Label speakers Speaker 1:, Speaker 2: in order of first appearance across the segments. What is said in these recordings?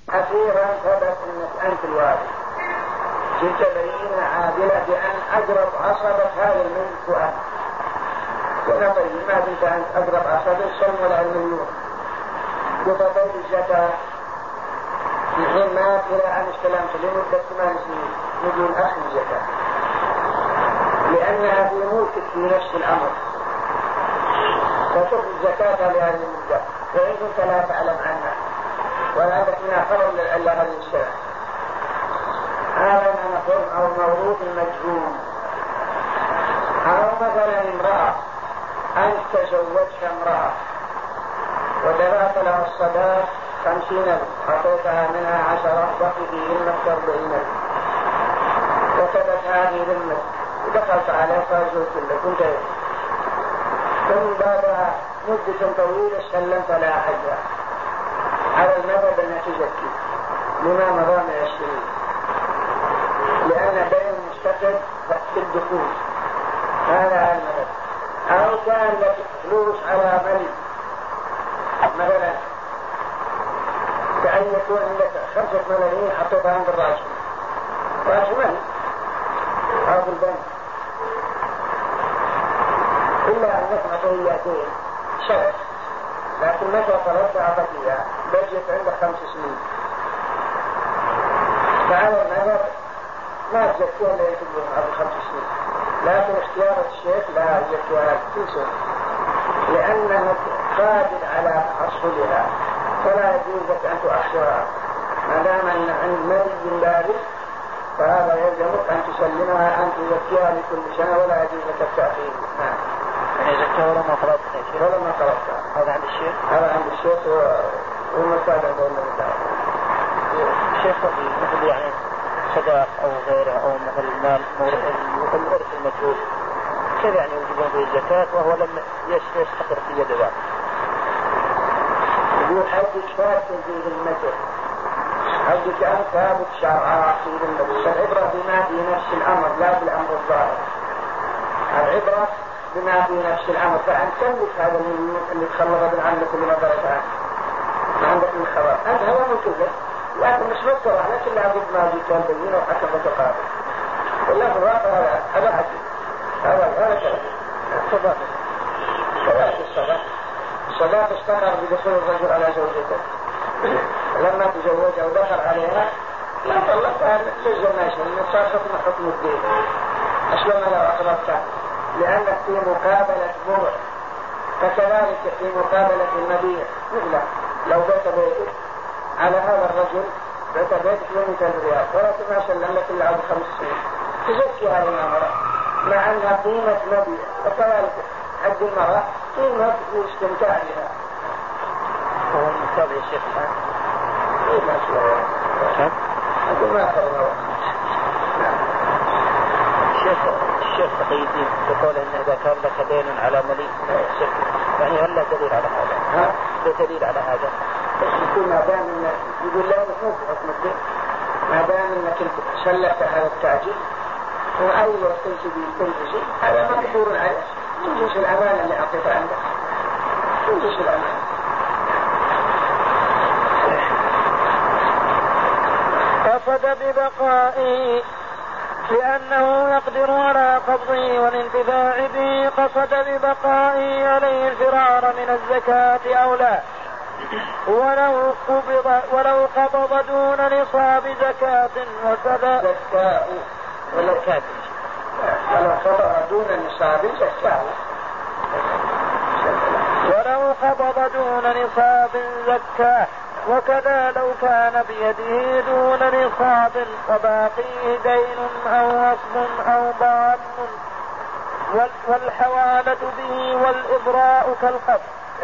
Speaker 1: أخيرا ثبت أنك أنت الوارث، جئت بينة عادلة بأن أقرب عصبة هذا الملك وأنت، ونقل ما كنت أنت أقرب عصبة السلم ولا المليون بفضل الزكاة من حين مات إلى أن استلمت لمدة 8 سنين بدون أخذ الزكاة، لأنها في ملكك في نفس الأمر، فتخذ الزكاة لهذه المدة وإن كنت لا تعلم عنها ولا عندك منها خبر إلا هذه السنة. هذا ما نقول أو موروث مجهول. أو مثلا امرأة أنت تزوجها امرأة ودفعت لها الصداق 50,000 أعطيتها منها 10 بقي في ذمتك 40,000 وثبت هذه ذمتك ودخلت عليها فازوت لك كنت ثم بعدها مدة طويلة سلمت لها حجها على المذهب أنها تزكي لما مضى من 20 لأن بين المستقر في الدخول هذا المذهب. أو كان لك فلوس على ملك مثلا كأن يكون عندك 5 ملايين حطيتها عند الراجل ملك أو في البنك إلا أنك معطيتين شرط، لكن متى طلبت أعطيها بجت عندك 5 سنين فعلى المذهب ما تزكيها إلا يتبعون قبل 5 سنين، لكن اختيار الشيخ لا يزكيها كل سنة لأنها قادر على حصولها فلا يجوز لك أن تؤخرها ما دام أن عند ملك بالغ فهذا يلزمك أن تسلمها أن تزكيها لكل سنة ولا يجوز لك التأخير. نعم.
Speaker 2: يعني زكاة ولا ما طلبتها شيء؟
Speaker 1: ولا ما طلبتها.
Speaker 2: هذا عند الشيخ؟
Speaker 1: هذا عند الشيخ والمساعدة عند المساعدة.
Speaker 2: الشيخ مثل يعني صداق أو غيره أو مثل المال الورث المجهول كيف يعني يوجبون به الزكاة وهو لم يستقر في يد ذلك؟
Speaker 1: يقول حدك ثابت في ذمته، حدك أن ثابت شرعا في ذمته. العبرة بما في نفس الأمر لا بالأمر الظاهر، العبرة بما في نفس الأمر. فأنت تملك هذا اللي تخلط من عندك اللي ما درت عنه ما عندك من خبر أنت هو ملكك، لكن مش مذكر لكن لا بد ما جيت البينة وحكم متقابل والله في الواقع هذا حديث هذا كلام الصداق استمر بدخول الرجل على زوجته لما تزوجها ودخل عليها لا طلقها لزم ما يشمل من صار حكم الدين أسلم لو أقربتها لأنك في مقابلة مرع، فكذلك في مقابلة المبيع مثله لو بيت بيتك على هذا الرجل بيت بيتك ب200 ريال ولكن ما سلم لك إلا عبد 5 سنين تزكي هذه المرأة مع أنها قيمة مبيع، وكذلك حد المرأة قيمة الاستمتاع بها.
Speaker 2: هو المتابع يا شيخ الآن؟
Speaker 1: إيه ما شاء الله أقول ما أخذنا
Speaker 2: الشيخ تقي الدين يقول إن إذا كان لك دين على مليء يعني هل لا دليل على هذا؟ لا دليل على هذا؟
Speaker 1: يقول ما دام إنك يقول لا مو في حكم الدين ما دام إنك أنت سلفت هذا التعجيل وأي وقت تجي كل شيء هذا مقدور عليه من جنس الأمانة اللي أعطيتها عندك من جنس الأمانة.
Speaker 3: قصد ببقائه لأنه يقدر على قبضه والانتفاع به، قصد ببقائه عليه الفرار من الزكاة أو لا، ولو قبض دون نصاب زكاة وكذا
Speaker 1: زكاة ولا كاتب ولو قبض دون نصاب زكاة
Speaker 3: ولو قبض دون نصاب زكاة وكذا لو كان بيده دون نصاب وباقيه دين أو وصف أو ضام والحوالة به والإبراء كالقبض.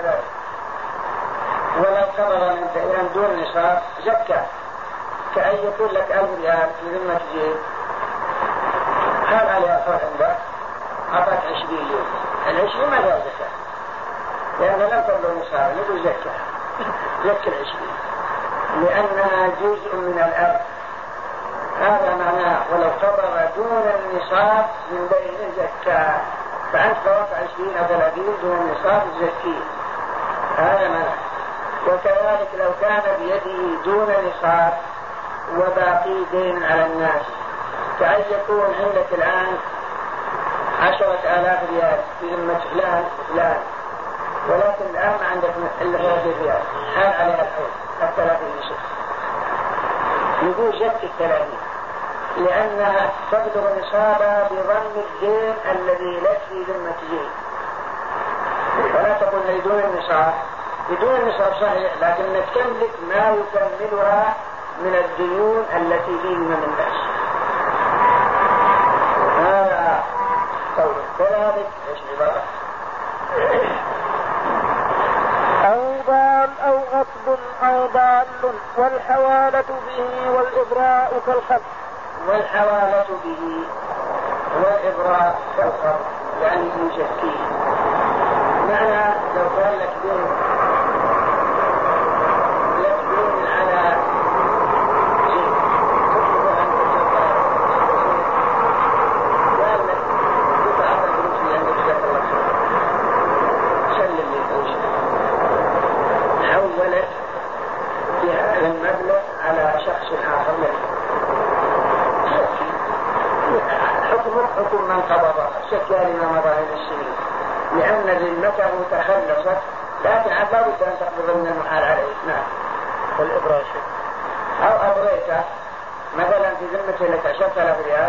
Speaker 1: ولو قبض من دين دون نصاب زكاة كأن يكون لك 1000 ريال في ذمة جيب هل عليها فرق عندك أعطاك 20 يوم 20 ما فيها زكاة لأن لم تبلغ نصاب نقول زكاة زكاة 20 لأنها جزء من الأرض هذا معناه. ولو قبض دون النصاب من بين زكاة فأنت فوق 20 أو 30 دون النصاب زكية هذا معناه. وكذلك لو كان بيده دون نصاب وباقي دين على الناس، كأن يكون عندك الآن 10,000 ريال في ذمة فلان وفلان، ولكن الآن ما عندك إلا 30 ريال، حال عليها الحول 30 شخص، يقول جدك 30 لأنها تبلغ نصابها بضم الدين الذي لك في ذمته. ولا تقول لي دون النصاب، بدون النصاب صحيح، لكنك تملك ما يكملها من الديون التي في ذمم الناس. هذا قول. كذلك ايش عبارة؟
Speaker 3: أو ضال أو غصب أو ضال، والحوالة به والإبراء كالخط.
Speaker 1: والحوالة به والإبراء كالخط يعني يشكيه. معنى لو كان لك دين على شيء تطلب أن تتبع قال لك تتعب الفلوس لأنك جزاك الله خير سلم لي فلوسك، حولت بهذا المبلغ على شخص آخر لك، حكم من قبضه شكى لما مضى من السنين، لأن ذمته تخلصت، لكن عاد لا بد أن تقبض من المحال عليه. نعم.
Speaker 2: والإبراء
Speaker 1: أو أبريته مثلا في ذمته لك 10,000 ريال،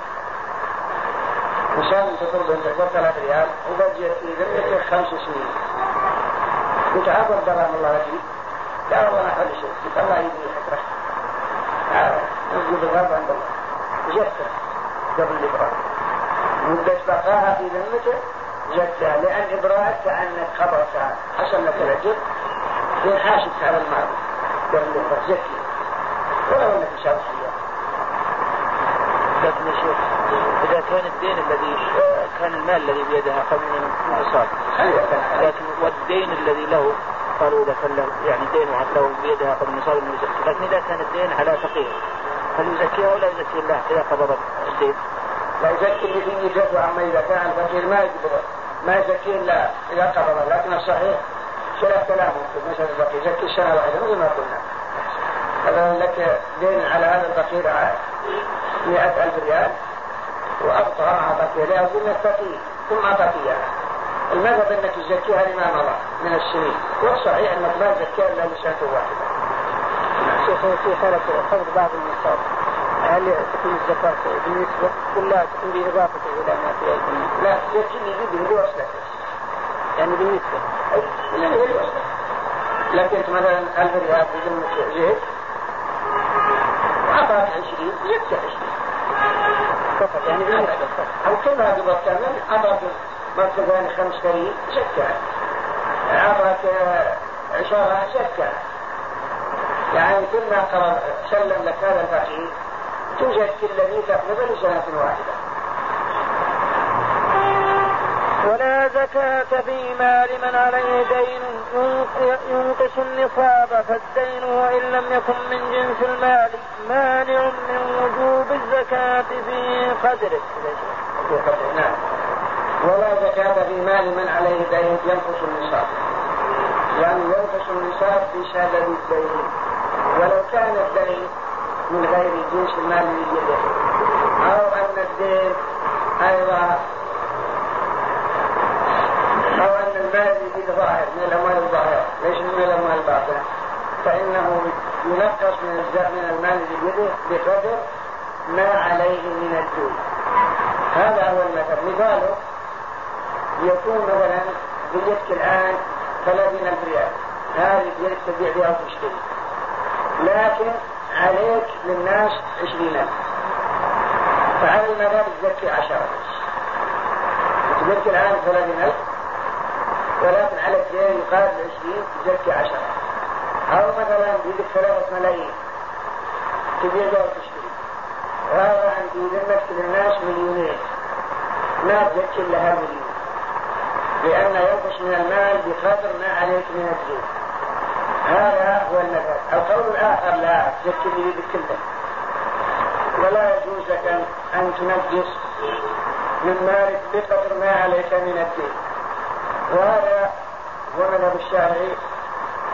Speaker 1: مشان تطلب أنت 10,000 ريال وبجيت في ذمتك 5 سنين، قلت عبر درهم الله لك، لا والله ما حل شيء، قلت الله يدي حكرة نجيب الغرب عند الله، جدته قبل الإبراء مدة بقاها في ذمته جدها، لأن إبراء كأنك خبرتها حصل لك الأجر في حاشك على المال قبل الإبراء جدها ولو أنك شاب حياة.
Speaker 2: لكن يا شيخ إذا كان الدين الذي كان المال الذي بيدها قبل النصاب، لكن والدين الذي له قالوا إذا كان له يعني دين له بيدها قبل النصاب من يزكي، لكن إذا كان الدين على فقير هل يزكيها ولا يزكي الله إذا قبض الدين؟
Speaker 1: لا يزكي اللي فيه جد، أما إذا كان الفقير ما يزكي إلا إذا قبض. لكن الصحيح خلاف كلامه في مثل الفقير يزكي سنة واحدة مثل ما قلنا. مثلا لك دين على هذا الفقير 100,000 ريال وأبطأ أعطاك لا أقول لك فقير ثم أعطاك إياها، المذهب أنك تزكيها لما مضى من السنين، والصحيح أنك ما تزكيها إلا لسنة واحدة.
Speaker 3: شيخ في حالة خفض بعض النصاب هل تكون الزكاة بالنسبة ولا تكون بإضافة إلى ما في أيضا؟
Speaker 1: لا تزكي اللي بوصلك
Speaker 3: يعني بالنسبة
Speaker 1: اللي بوصلك. لكن مثلا 1000 ريال في ذمة زيت وأعطاك 20 زكى 20
Speaker 3: فقط يعني بالنسبة
Speaker 1: أو كما قبل كامل أعطاك مرتبان 5 فريق زكى، أعطاك 10 زكى، يعني كل ما قرر سلم لك هذا الفقير توجد الذي تقبض لسنة واحدة.
Speaker 3: ولا زكاة في مال من عليه دين ينقص النصاب، فالدين وإن لم يكن من جنس المال مانع من وجوب الزكاة في قدره.
Speaker 1: نعم. ولا زكاة في مال من عليه دين ينقص النصاب، يعني ينقص النصاب بسبب الدين، ولو كان الدين من غير جنس المال الذي يده، أو أن الدين أيضا أو أن المال الذي ظاهر من الأموال الظاهرة ليس من الأموال الباطنة، فإنه ينقص من المال الذي يده بقدر ما عليه من الدين. هذا هو المثل. مثاله يكون مثلا بيدك الآن 30,000 ريال، هذه بيدك تبيع بها وتشتري، لكن عليك للناس 20,000، فعلى المذهب تزكي 10 بس. تزكي الآن 30,000 ولكن على الدين يقابل 20 تزكي 10. أو مثلا بيدك 3 ملايين تبيع بها وتشتري، وهذا أن تذمك للناس 2,000,000 ما تزكي إلا هالمليون، لأن ينقص من المال بقدر ما عليك من الدين. هذا هو المذهب. القول الآخر لا تزكي اللي بيدك كله، ولا يجوز لك أن تنقص من مالك بقدر ما عليك من الدين. وهذا هو مذهب الشافعي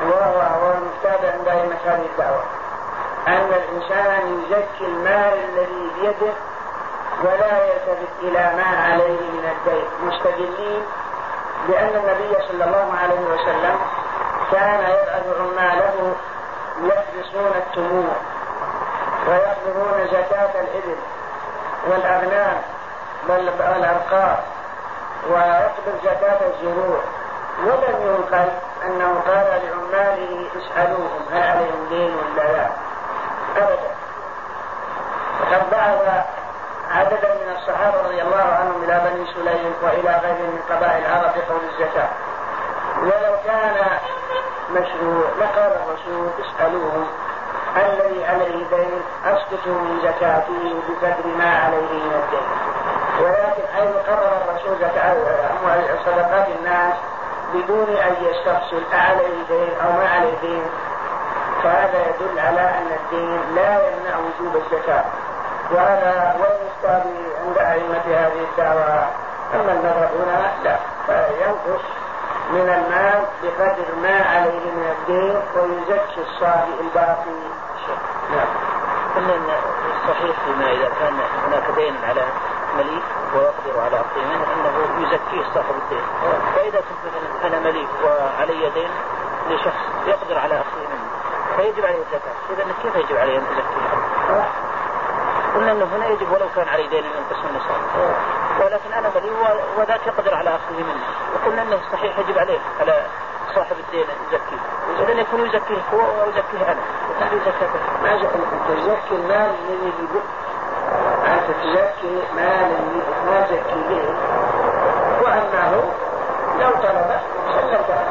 Speaker 1: وهو المفترض عند أئمة هذه الدعوة أن الإنسان يزكي المال الذي بيده ولا يلتفت إلى ما عليه من الدين، مستدلين بأن النبي صلى الله عليه وسلم كان يبعث عماله يحبسون التمور ويقبضون زكاة الإبل والأغنام والأرقام ويقبض زكاة الزروع، ولم ينقل أنه قال لعماله اسألوهم هل عليهم دين ولا لا أبدا. وقد بعث عددا من الصحابة رضي الله عنهم إلى بني سليم وإلى غيرهم من قبائل العرب بقول الزكاة، ولو كان مشروع لقال الرسول اسألوهم الذي عليه دين أسقطوا من زكاته بقدر ما عليه من الدين. ولكن حيث قرر الرسول صدقات الناس بدون أن يستفصل أعليه دين أو ما عليه دين، فهذا يدل على أن الدين لا يمنع وجوب الزكاة، وهذا هو المفترض عند أئمة هذه الدعوة. أما المذهب هنا لا، فينقص من المال بقدر ما عليه من الدين ويزكي الصافي الباقي.
Speaker 2: نعم. قلنا الصحيح فيما إذا كان هناك دين على مليك ويقدر على أخذه منه أنه يزكيه صاحب الدين. فإذا كنت مثلا أنا مليك وعلي دين لشخص يقدر على أخذه منه فيجب عليه الزكاة، إذا كيف يجب عليه أن يزكيه؟ قلنا أنه هنا يجب ولو كان علي دين من قسم النصاب، ولكن أنا مليك وذاك يقدر على أخذه منه، وقلنا أنه صحيح يجب عليه على صاحب الدين يزكيه، إذن يكون يزكيه هو ويزكيه أنا، وهذه زكاته.
Speaker 1: ما تزكي المال الذي يجب أن تزكي مال ما زكي به، وأنه لو طلب سلمته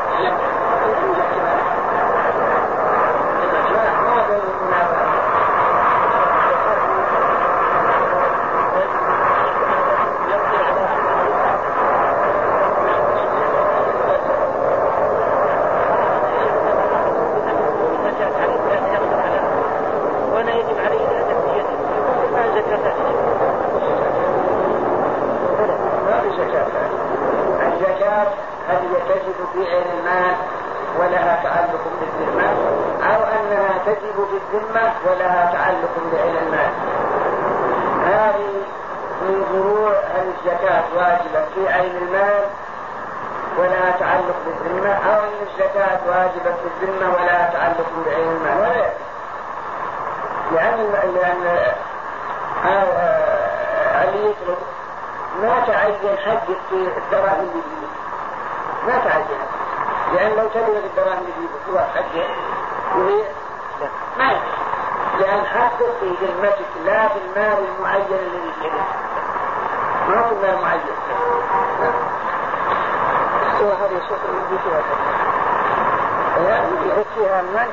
Speaker 1: في عين المال ولها تعلق بالذمة، أو أنها تجب بالذمة ولها تعلق بعين المال. هذه من فروع الزكاة واجبة في عين المال ولها تعلق بالذمة، أو أن الزكاة واجبة في الذمة ولها تعلق بعين المال، ولا لأن اللي يطلب ما تعين حق في الدراهم اللي يجيب، ما تعين، لأن لو تبغى الدراهم اللي يجيب هو حقه يبيع ما يجيب، لأن حقه في ذمتك لا في المال المعين الذي يجيبه، ما هو المال المعين.
Speaker 2: سوى هذه الشيء اللي فيها
Speaker 1: يزكيها المال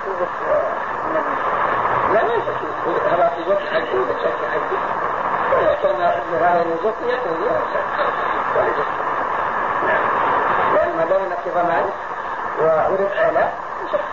Speaker 1: لا ما يزكي هذا في زكي حقه وزكي حقه، ولكن هذا يزكي يكون ولا يزكي، لأن ما دام نكتب مال وربع لا يزكي.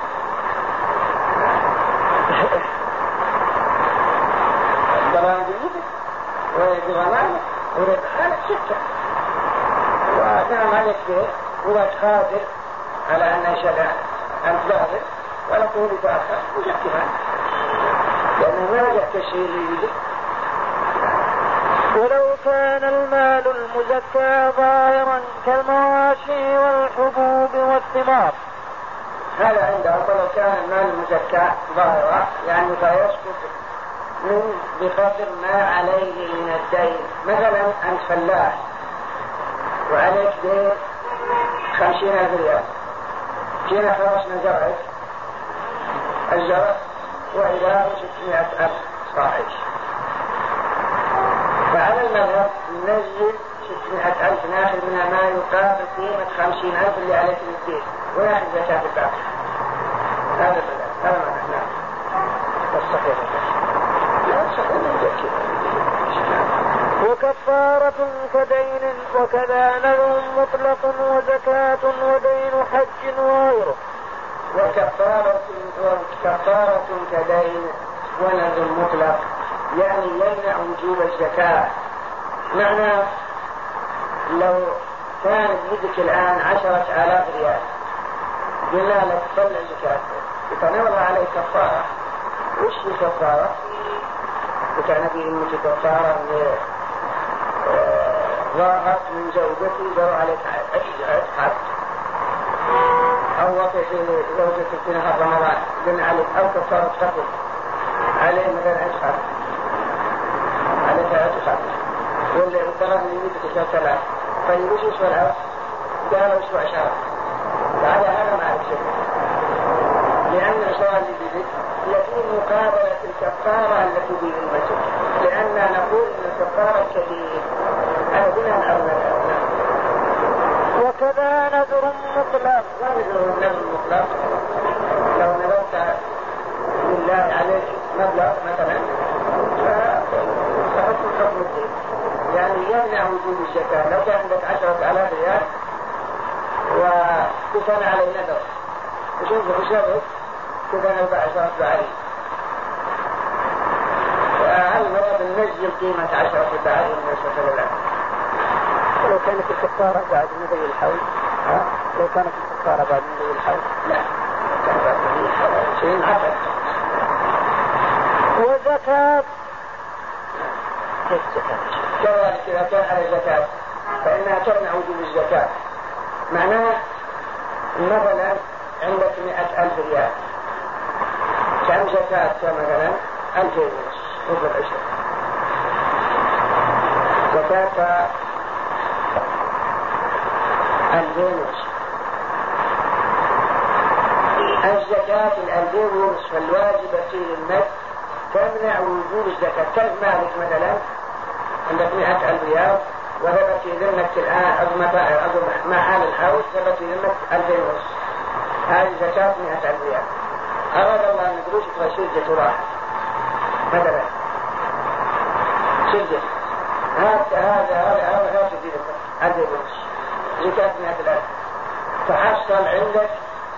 Speaker 1: الدراهم بيدك ويجب مالك وربع لا شكا، وكان عليك به هو قادر على أن يشهد أنت ظاهر ولا تقول تأخر وزكي مالك، لأنه ما رجعت الشيء اللي يجب.
Speaker 3: ولو كان المال المزكى ظاهرا كالمواشي والحبوب والثمار،
Speaker 1: هذا عنده. ولو كان المال المزكى ظاهرا يعني فيسقط من بقدر ما عليه من الدين. مثلا أنت فلاح وعليك دين 50,000 ريال، جينا خلصنا زرعك الزرع وإلى 600,000 صاحب، فعلى المذهب ننزل 600,000 ناخذ منها ما يقابل قيمة 50,000 اللي عليك الدين وناخذ زكاة الباقي. هذا المذهب، هذا ما نحن الصحيح لا صحيح نزكي.
Speaker 3: وكفارة كدين، وكذا نذر مطلق وزكاة ودين حج وغيره.
Speaker 1: وكفارة كدين ونذر مطلق يعني يمنع وجوب الزكاة. معنى لو كانت يدك الآن 10,000 ريال قلنا لك طلع زكاة يتناول عليه كفارة. وش هي كفارة؟ وكان في أمتي كفارة ضاعت من زوجتي ضروا عليك عتق أو وقت زوجتي في نهار رمضان قلنا عليك أو كفارة قتل عليه مثلا عتق عليك عتق واللي الضرر اللي يمتك ثلاث. طيب وش يسوى العوض؟ قالوا يسوى 10. بعد هذا ما أعرف شيء لأن الشرع اللي بيجي يكون مقابلة الكفارة التي بين المسجد لأننا نقول أن الكفارة كبير أنا بنا أولا.
Speaker 3: وكذا نذر مطلق.
Speaker 1: نذر مطلق لو نذرت لله عليك مبلغ مثلا فحكم حكم الدين يعني يمنع وجود الزكاة. لو كان عندك 10,000 ريال وكان عليه نذر وشوف بسبب كان 10 بعيد وهل مرض ننزل قيمة 10 بعيد من السفر.
Speaker 2: لو كانت الكفارة بعد مضي الحول لو كانت الكفارة بعد مضي الحول
Speaker 1: لا كان بعد مضي الحول شيء عفت.
Speaker 3: وزكاة
Speaker 1: كذلك إذا كان على الزكاة فإنها تمنع وجود الزكاة. معناه مثلا عندك 100,000 ريال كم زكاة مثلا 2,000 ربع العشر زكاة 2,000 الزكاة 2,000 فالواجبة في المد تمنع وجود الزكاة. كم مالك مثلا عندك 100,000 ريال وثبت في ذمك الآن عظم ما حال الحول ثبت في ذمك 2,000 هذه زكاة 100,000 ريال. أراد الله أن يدروش شرجة راحة مثلا شرجة هذا تزيد 2,000 زكاة 100,000 فحصل عندك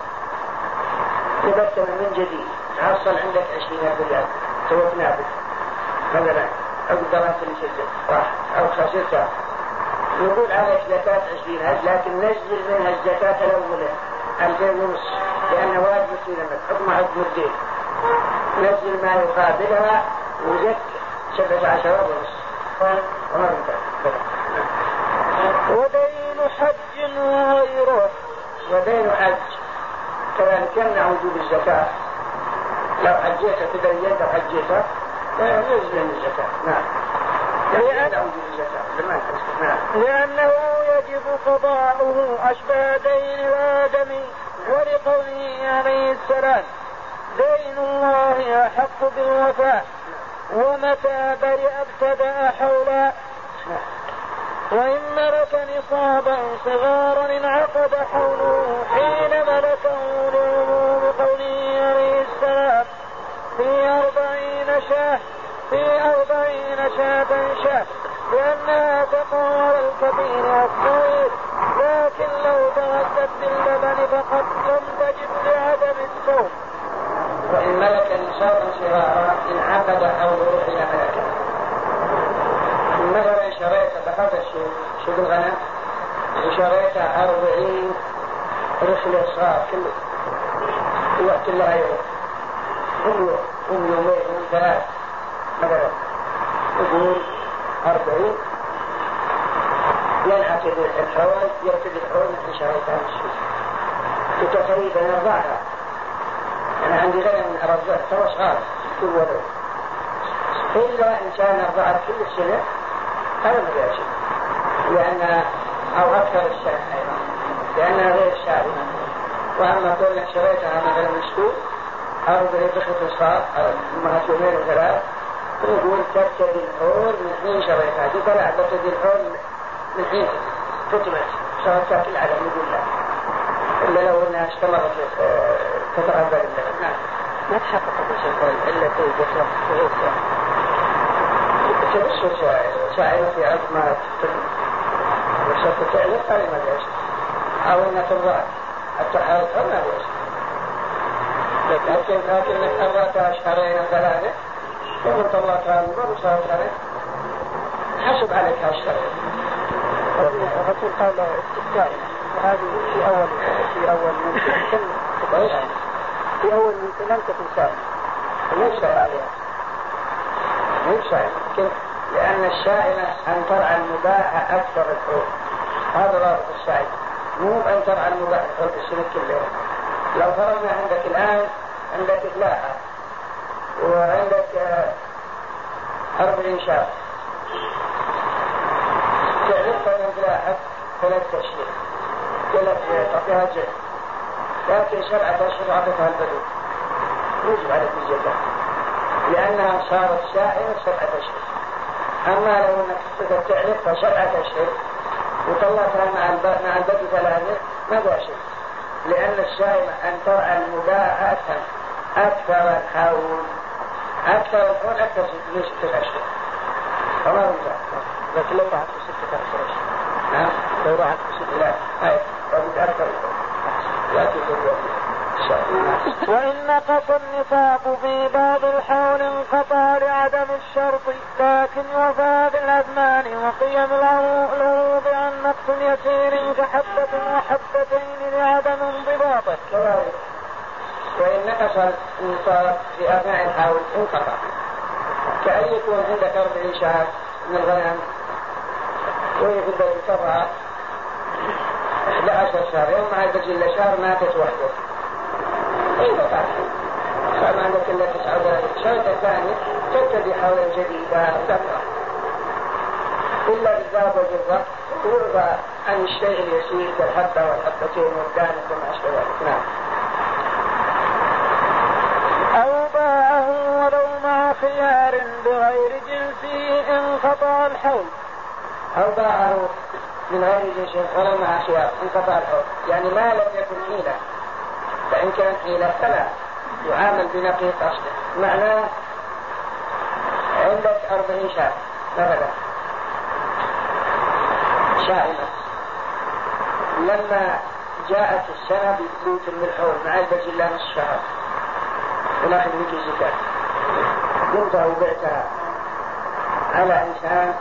Speaker 1: تبتم من جديد حصل عندك 20,000 ريال سويت نابت مثلا أو دراسة لشرجة راحة أو خسرتها يقول عليك زكاة 20,000 لكن نزل منها الزكاة الأولى 2,000 لأن واجب في ذمك حكم حكم الدين نزل ما يقابلها وزك 17,500 وما ينفع.
Speaker 3: ودين حج وغيره.
Speaker 1: ودين حج كذلك يمنع وجود الزكاة. لو حجيت تدينت وحجيت لا ينزل من الزكاة. نعم
Speaker 3: لأنه يجب قضاؤه أشبه دين الآدمي ولقوله عليه السلام دين الله أحق بالوفاء ومتى برئ ابتدأ حولا وإن ملك نصابا صغارا انعقد حوله حين ملكه لعموم قوله عليه السلام في 40 شاة لأنها تقع على الكبير والصغير لكن لو تغذت باللبن فقد لم تجد لعدم الصوم.
Speaker 1: وإن ملك نصابا صغارا انعقد حوله حين ملكه. مثلا شريت بهذا الشيء شو بالغنم شريت 40 رسل صغار كل وقت لها يوم يومين يوم 3 مثلا يقول 40 ينعقد الحول يرتد الحول مثل شريت هذا الشيء وتقريبا يرضعها. أنا عندي غنم من أرضها سوى صغار كل ولد إلا إن كان أرضعت كل السنة هذا ما فيها شيء لأن أو أكثر السنة أيضا لأنها غير شارمة. وأما كل شريتها مثلا مسكوت أو بريدخة الصار أمها 2 و3 يقول تبتدي الحول من حين شريتها تقول لا تبتدي الحول من حين فتمت شريتها كل عدم يقول لا إلا لو أنها استمرت تتغذى اللبن. نعم
Speaker 2: ما تحقق الشيطان إلا توجد شخص
Speaker 1: تبص سائل في عظمة وشفت تعلق هذه ما ليش أو أنها ترضى التحاول ما ليش لكن إنك أرضاتها 2 3 يقول طلعتها المرة صار 2 حسب عليك 2
Speaker 2: الرسول قال استفتاء وهذه في أول من
Speaker 1: ايش؟
Speaker 2: في أول لم تكن سائمة.
Speaker 1: مو شائمة لأن الشائمة أن ترعى المباح أكثر الحول. هذا رابط الشائمة، مو أن ترعى المباح الحول السنة كلها. لو فرضنا عندك الآن عندك إفلاحة وعندك 40 شهر، تعرفها من إفلاحة 3 أشهر تعطيها جهد، لكن 7 أشهر عطتها البدو يجب عليك الجزاء لأنها صارت شائمة 7 أشهر. أما لو أنك تعرفها 7 أشهر وطلعتها مع البدو 3 ما ذا شيء، لأن الشائمة أن ترعى المباح أكثر الحول أكثر من 6 أشهر. فما رجع.
Speaker 2: لكن لو راحت 6 أشهر
Speaker 1: نعم
Speaker 2: لو راحت 6
Speaker 1: لا هاي أكثر لا تقول.
Speaker 3: وإن نقص النصاب في باب الحول انقطع لعدم الشرط، لكن يوفى بالأزمان وقيم العروض عن نقص يسير كحبة وحبتين لعدم انضباطه.
Speaker 1: وإن نقص النصاب في أثناء الحول انقطع، كأن يكون عندك 40 شهر من الغنم ويقدر يتبع 11 شهر، يوم مع البجلة شهر ماتت وحده انقطع، صار ما عندك إلا 39. الشرط الثاني تبتدي حولا جديدا تقرأ إلا بالذهب والفضة ويرضى عن الشيء اليسير كالحبة والحبتين والدانة وما أشبه ذلك. نعم.
Speaker 3: أو باعه ولو مع خيار بغير جنسه انقطع الحول.
Speaker 1: أو باعه من غير جنسه ولو مع خيار انقطع الحول، يعني ما لم يكن حيلة، فإن كانت حيلة فلا يعامل بنقيض أصله. معناه عندك 40 شهر مثلا شائمة، لما جاءت السنة بثبوت من الحول مع البجلة نصف شهر ولكن بيجي زكاة، قمتها وبعتها على إنسان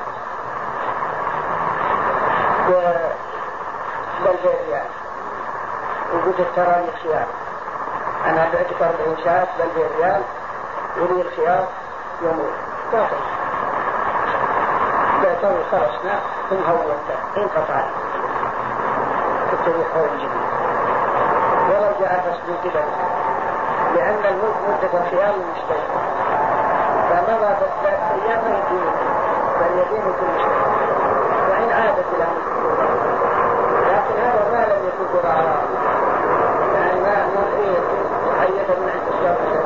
Speaker 1: بالبيريان وقلت ترى لي خيار، أنا بعتك 40 شهر بالبيريان ولي الخيار يموت باطل، بعته وخرجنا ثم هولته انقطع تبتدي حول جديد ولو جاء فاسد كذا، لأن الملك مدة الخيار المشتري فمضى 3 أيام ما يدين بل يدين كل شيء وإن عادت إلى ملك، لكن هذا ما لم يكن ضرعا يعني ما نريد حيث من عند الشرط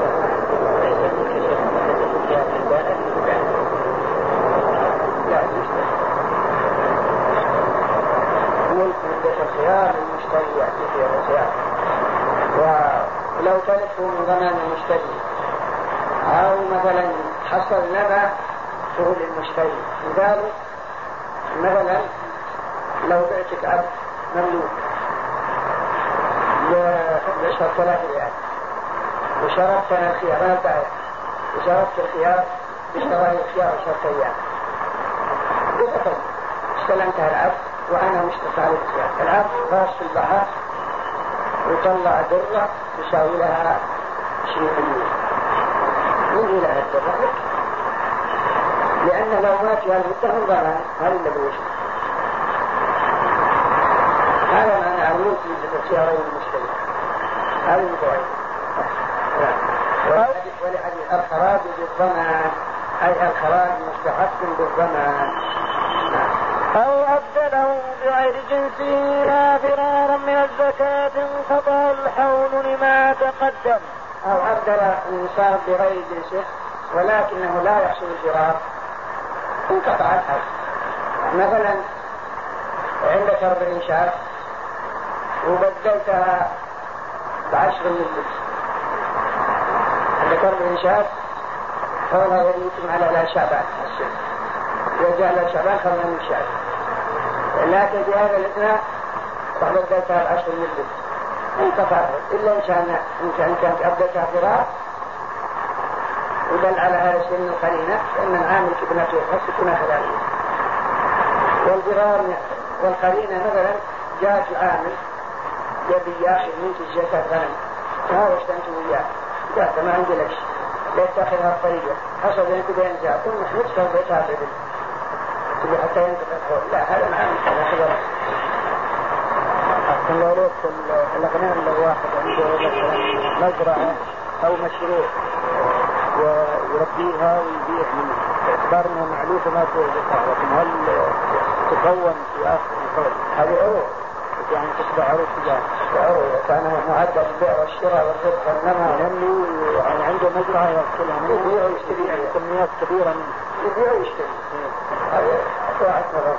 Speaker 1: ملك مدة الخيار المشتري يأتي فيه الخيار، ولو تلفه من ضمان المشتري أو مثلا حصل نبع فهو للمشتري. لذلك مثلا لو بعتك عبد مملوك يشرب 3 ريال وشربت أنا الخيار أنا البائع وشربت الخيار باشتراني الخيار 10 أيام قلت استلمتها العبد وأنا مشترك على الخيار، العبد غاص في البحر وطلع درة يساوي لها 20 مليون من إلى الدرة، لأن لو ما فيها المدة من ضمان هذا اللي بوجه. هذا معنى عملت مدة الخيارين المشتري هذا المضاعف. ولحديث الخراج بالضمان أي الخراج مستحق بالضمان.
Speaker 3: أو أبدله بغير جنسه لا فرارا من الزكاة انقطع الحول لما تقدم.
Speaker 1: أو أبدل النصاب بغير جنسه ولكنه لا يحصل الفرار انقطع الحول. مثلا عندك 40 شهر وبدلتها ب10 مليون، عندك 40 شهر فهذا يتم على شعبان يرجع على شعبان 5 من شهر، لكن في هذا الإثناء بدلتها ب10 مليون انقطع إلا إن كانت أبدلتها فرار ودل على هذا السن القرينة فإن العامل كبنته يخص كنا خلالية. والفرار والقرينة مثلا جاءت العامل يبي ياخذ منك زكاة غنم هذا اشتنت وياه قالت ما عندي لك لا تأخذها الطريقة حصل بينك وبين جاء كل محمود سوف يتابع تبي حتى ينتقل الحول لا هذا ما عندي هذا خبر
Speaker 2: أحسن لو رأيت الأغنام لو واحد عنده مثلا مزرعة أو مشروع ويربيها ويبيع منها باعتبار أنها معلوفة ما فيها زكاة لكن هل تكون في آخر القول
Speaker 1: هذه عروض
Speaker 2: يعني تصبح عروض تجارة
Speaker 1: عروض كانها معدة البيع والشراء والربح والنمى
Speaker 2: لأنه يعني عنده مزرعة يغسلها منها
Speaker 1: يبيع ويشتري
Speaker 2: كميات كبيرة منها
Speaker 1: يبيع ويشتري هذا واحد مرة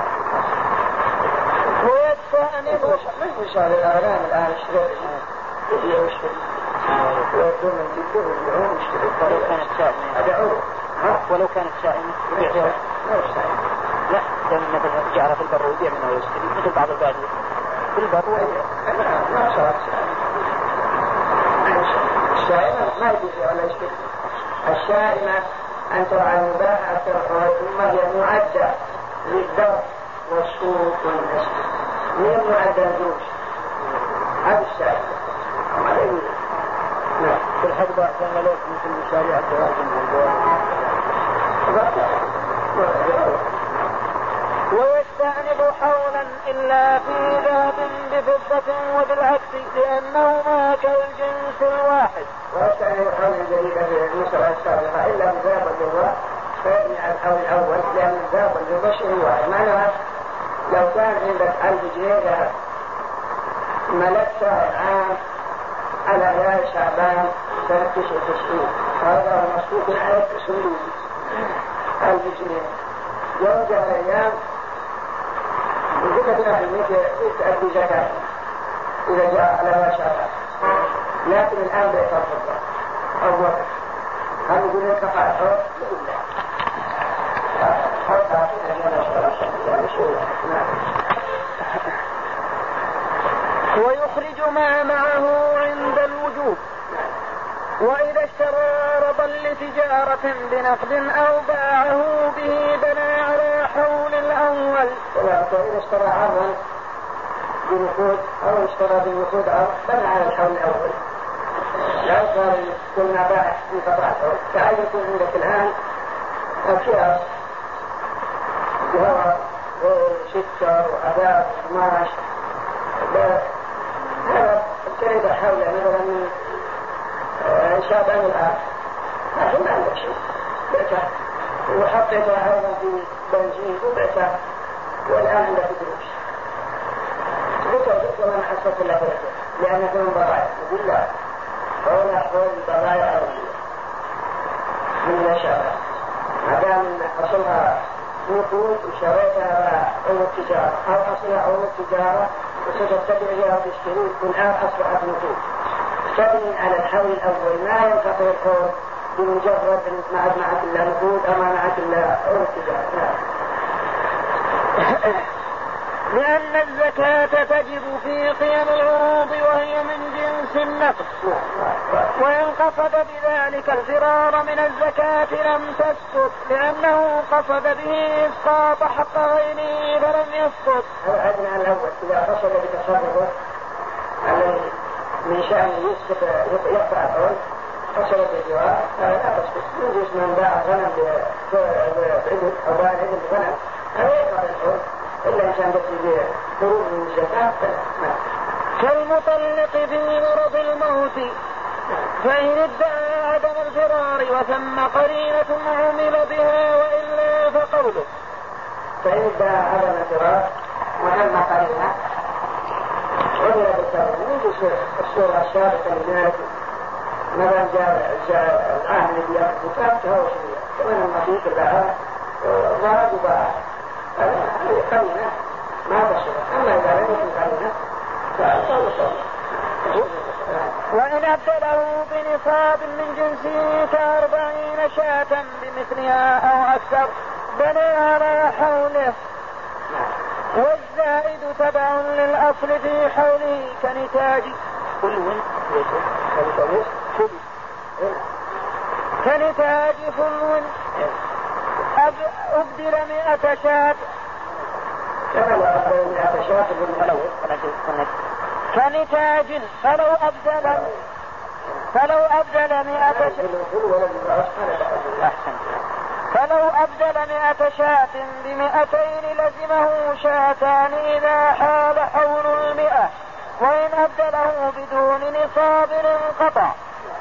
Speaker 1: من مشاهد الأغنام الآن اشتري يبيع ويشتري ويقول من جده ويبيعون ويشتري
Speaker 2: ولو كانت شائمة
Speaker 1: هذا عروض
Speaker 2: ولو كانت شائمة يبيعها لا لأن مثلا جعل في البر ويبيع منها ويشتري مثل بعض البادية في البر
Speaker 1: ما صارت الشائمة ما يجوز ولا يشتري الشائمة أن ترعى المباح أكثر ثم هي معدة للدر والسوق والنسل هي معدة الجوش هذا الشائمة ما يجوز
Speaker 2: في الحقبة أحسن لك مثل مشاريع الدواجن
Speaker 3: ويستأنف حولا إلا في ذهب بفضة وبالعكس لأنهما كالجنس الواحد.
Speaker 1: ويستأنف حولا جديدا في المسألة السابقة إلا بذهب الجواب فيبني على الحول الأول لأن الذهب والفضة شيء واحد معناها لو كان عندك 1000 جنيه ملكتها العام على هلال شعبان سنة 99 هذا مصروف عليك سندوس 1000 جنيه يوم جاء الأيام وذكرت أهمية تأدي زكاة إذا جاء على هلال شعبان لكن الآن بيت الفضة أو وقت هل يقول لك قال حر؟ يقول لا حر
Speaker 3: ويخرج ما معه عند الوجوب. وإذا اشترى عرضا لتجارة بنقد أو باعه به بنى على حول الأول.
Speaker 1: وإذا اشترى عرضا بنقود أو اشترى بنقود أو بنى على الحول الأول لا صار كلنا باع في قطع الحول كأي يكون عندك الآن أكياس جهوة وشكر وعذاب وقماش هذا اشتريت حول مثلا من شابان الآن لكن ما عندك شيء بعته وحطيتها أيضا في بنزين وبعته والآن عندك دروس ذكر ومن حصلت الله بعته لأن يكون ضرائع يقول لا فهنا حول ضرائع أولية من الشابان ما دام أصلها نقود وشريتها عروض تجارة أو أصلها عروض تجارة وستتبع بها وتشتري والآن أصبحت نقود تبني على الحول الأول ما ينقطع الحول بمجرد ما معك إلا نقود أو ما معك إلا عروض تجارة
Speaker 3: لأن الزكاة تجب في قيم العروض وهي من جنس النقد وإن قصد بذلك الفرار من الزكاة لم تسقط لأنه قصد به إسقاط حق غيره فلم يسقط.
Speaker 1: هذا أدنى الأول إذا قصد بتصرفه الذي من شأن يقطع الحول قصد بالجواب لا تسقط يجوز من باع غنم بعدد أو باع العدد بغنم هذا يقطع الحول إلا إن كان بسيطة خروج من الزكاة
Speaker 3: كالمطلق في مرض الموت فإن ادعى عدم الفرار وثم قرينة عمل بها وإلا فقوله.
Speaker 1: فإن ادعى عدم الفرار وثم قرينة عمل بالفرار يجوز الصورة السابقة لذلك مثلا جاء الآن الذي يأخذ فهو شريع وإن المطيق باعها ضرب باعها هذه قرينة ما تصير أما إذا لم يكن قرينة
Speaker 3: وإن أبدله بنصاب من جنسه ك40 شاة بمثلها أو أكثر بنى على حوله والزائد تبع للأصل في حوله كنتاج فلو أبدل 100 شاة كنتاج فلو أبدل فلو أبدل 100 شاة ب200 لزمه شاتان إذا حال حول 100، وإن أبدله بدون نصاب انقطع.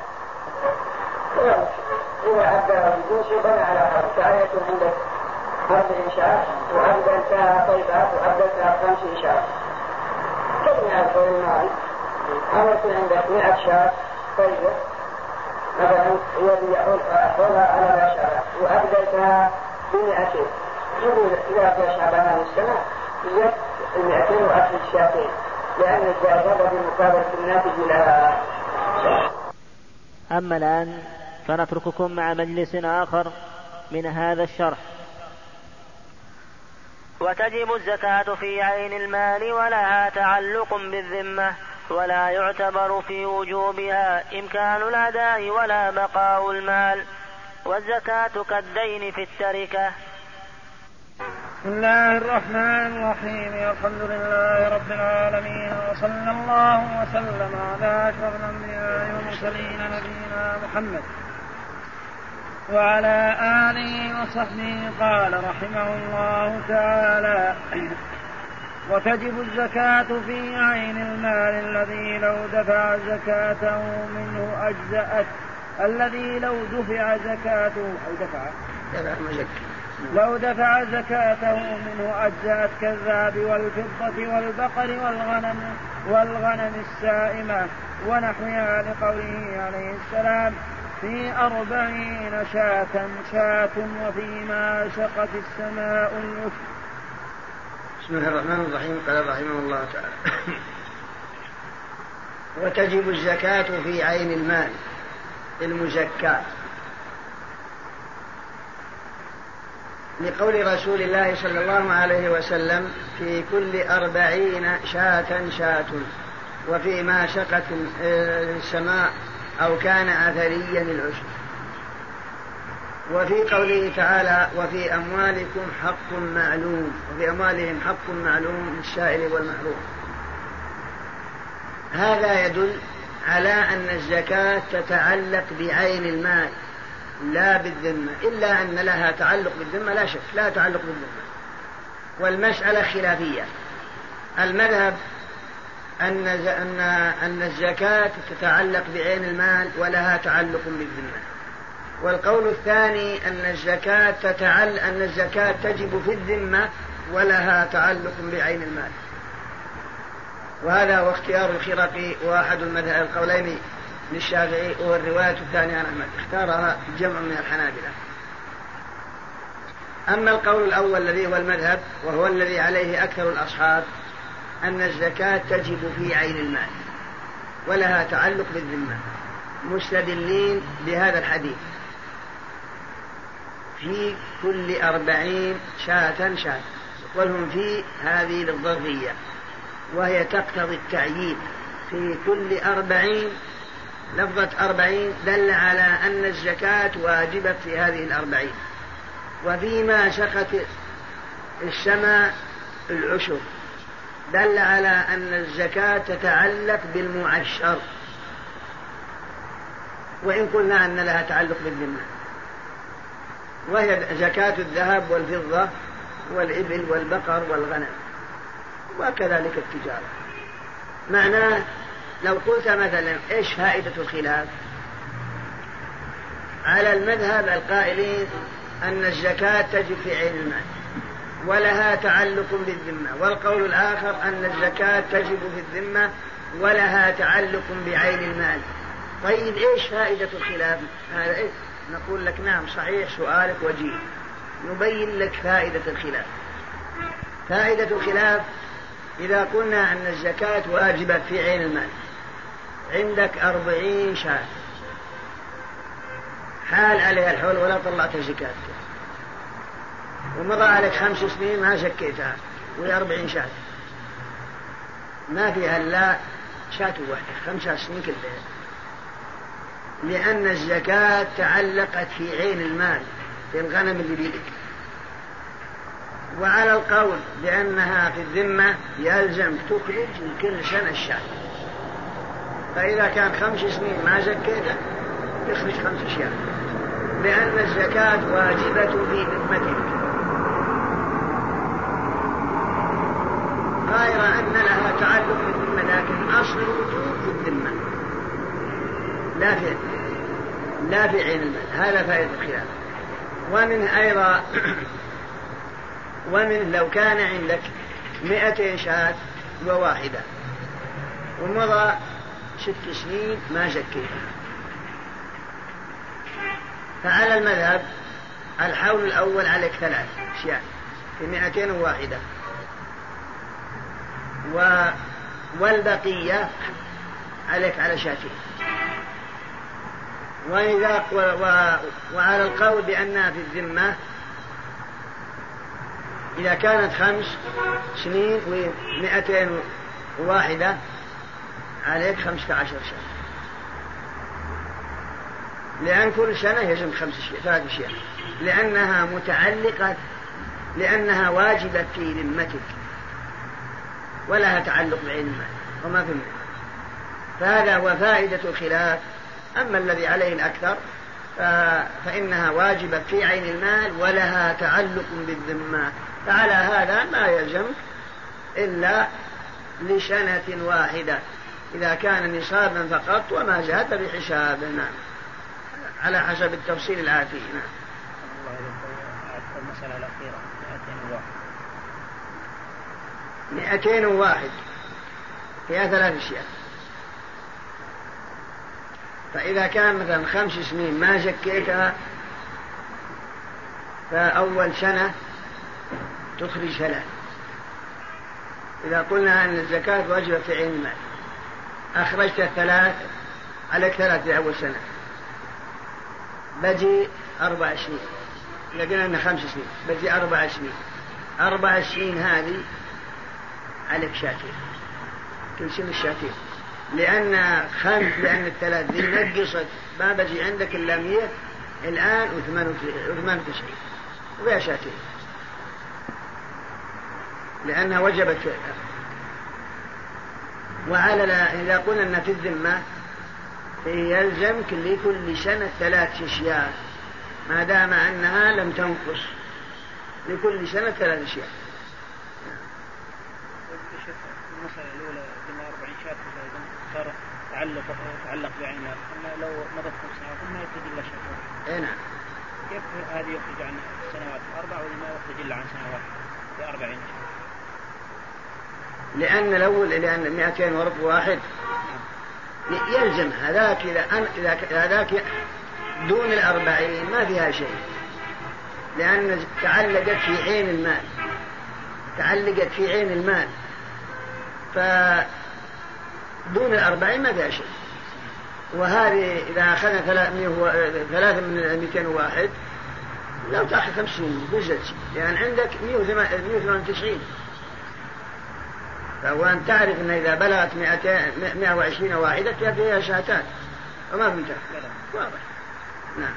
Speaker 1: إذا أبدله بدون شيء بنى على حرف، فآية عندك حرف إنشاء وأبدلتها طيبات وأبدلتها 5 إنشاء كم يعرف المال. أمرت عندك 100 شاة طيبة مثلا الذي يحولها على ما شاء وأبدلتها ب200، يقول إذا في شعبان السنة يجب 200 وأكل الشاتين، لأن الزيادة بمقابلة الناتج لها.
Speaker 4: أما الآن فنترككم مع مجلس آخر من هذا الشرح. وتجب الزكاة في عين المال ولها تعلق بالذمة، ولا يعتبر في وجوبها إمكان الأداء ولا بقاء المال، والزكاة كالدين في التركة.
Speaker 3: بسم الله الرحمن الرحيم. الحمد لله رب العالمين، وصلى الله وسلم على أشرف الأنبياء والمرسلين نبينا محمد وعلى آله وصحبه. قال رحمه الله تعالى: وتجب الزكاة في عين المال الذي لو دفع زكاته منه أجزأت، الذي لو دفع زكاته لو دفع زكاته منه أجزأت كالذهب والفضة والبقر والغنم السائمة ونحوها، لقوله عليه السلام: في 40 شاة وفيما شقت السماء العشر.
Speaker 5: بسم الله الرحمن الرحيم. قال رحمه الله تعالى: وتجب الزكاة في عين المال المزكاة، لقول رسول الله صلى الله عليه وسلم: في كل 40 شاة، وفيما شقت السماء أو كان أثريا العشر. وفي قوله تعالى: وفي أموالكم حق معلوم، وفي أموالهم حق معلوم للسائل والمحروم. هذا يدل على أن الزكاة تتعلق بعين المال لا بالذمة، إلا أن لها تعلق بالذمة لا شك، لا تعلق بالذمة، والمسألة خلافية. المذهب أن الزكاة تتعلق بعين المال ولها تعلق بالذمة، والقول الثاني أن الزكاة تجب في الذمة ولها تعلق بعين المال. وهذا هو اختيار الخرقي وأحد القولين للشافعي، والرواية الثانية عن أحمد اختارها جمع من الحنابلة. أما القول الأول الذي هو المذهب وهو الذي عليه أكثر الأصحاب، أن الزكاة تجب في عين المال ولها تعلق بالذمة، مستدلين بهذا الحديث: في كل 40 شاة. وهم في هذه للظرفية، وهي تقتضي التعيين. في كل 40، لفظة 40 دل على أن الزكاة واجبة في هذه 40. وفيما شقت السماء العشر دل على أن الزكاة تتعلق بالمعشر، وإن قلنا أن لها تعلق بالذمة، وهي زكاة الذهب والفضة والإبل والبقر والغنم، وكذلك التجارة. معناه لو قلت مثلا إيش فائدة الخلاف؟ على المذهب القائلين أن الزكاة تجب في عين المال ولها تعلق بالذمة، والقول الآخر أن الزكاة تجب في الذمة ولها تعلق بعين المال. طيب إيش فائدة الخلاف؟ هذا إيه؟ نقول لك نعم صحيح، سؤالك وجيه، نبين لك فائدة الخلاف. فائدة الخلاف: إذا قلنا أن الزكاة واجبة في عين المال، عندك 40 شاة، حال عليها الحول ولا طلعت زكاة، ومضى عليك 5 سنين ما زكيتها، وهي 40 شاة، ما فيها إلا شاة واحدة 5 سنين كلها، لأن الزكاة تعلقت في عين المال، في الغنم اللي بيدك. وعلى القول بأنها في الذمة يلزم تخرج من كل سنة الشاة. فإذا كان 5 سنين ما زكيته يخرج 5 أشياء، لأن الزكاة واجبة في ذمتك، غير أن لها تعلق بالذمة، لكن أصل الوجوب في الذمة لا في عين المال. هذا فائدة الخلاف. ومن أيضا ومن لو كان عندك 200 شاة وواحدة ومضى 6 سنين ما زكيتها، فعلى المذهب الحول الأول عليك 3 شاة في 201 والبقية عليك على 2 شاة. وعلى القول بأنها في الذمة إذا كانت 5 سنين و201 عليك 15 شاة، لأن كل سنة يجب 3 أشياء، لأنها متعلقة، لأنها واجبة في ذمتك ولها تعلق بعين المال وما في المال. فهذا هو فائدة الخلاف. أما الذي عليه الأكثر فإنها واجبة في عين المال ولها تعلق بالذمة، فعلى هذا ما يلزم إلا لسنة واحدة إذا كان نصابا فقط، وما زاد بحسابنا على حسب التفصيل الآتي.
Speaker 2: المسألة الأخيرة
Speaker 5: 201 فيها 3 أشياء. فإذا كان مثلا 5 سنين ما زكيتها فأول سنة تخرج 3. إذا قلنا أن الزكاة واجبة في عين المال، أخرجت 3 عليك 3 في أول سنة، بجي 4 سنين. إذا قلنا أن 5 سنين بجي 4 سنين، 4 سنين هذه عليك 2 شاة، كل سنة 2 شاة، لأن 3 ذي نقصت ما بجي عندك إلا 100 الآن و98 وبها 2 شاة، لأنها وجبت. وعلى إذا قلنا أن في الذمة يلزم لكل سنة 3 أشياء ما دام أنها لم تنقص، لكل سنة 3 أشياء.
Speaker 2: المسألة الأولى بما 40 شاة صار تعلق بعين المال، أما لو مضت 5 سنوات ما يخرج إلا شاة.
Speaker 5: نعم.
Speaker 2: كيف هذه يخرج عن السنوات 4 وما يخرج إلا عن سنوات ب 40 شاة؟
Speaker 5: لأن الأول لأن 201 يلزم هذاك إذا دون 40 ما فيها شيء، لأن تعلقت في عين المال، تعلقت في عين المال، فدون 40 ما فيها شيء. وهذه إذا أخذنا 3 من 201 لو تأخذ 50 بزت، لأن عندك 198. فهو أن تعرف أن إذا بلغت 120 واحدة فيها شاتات وما بنتها واضح. نعم.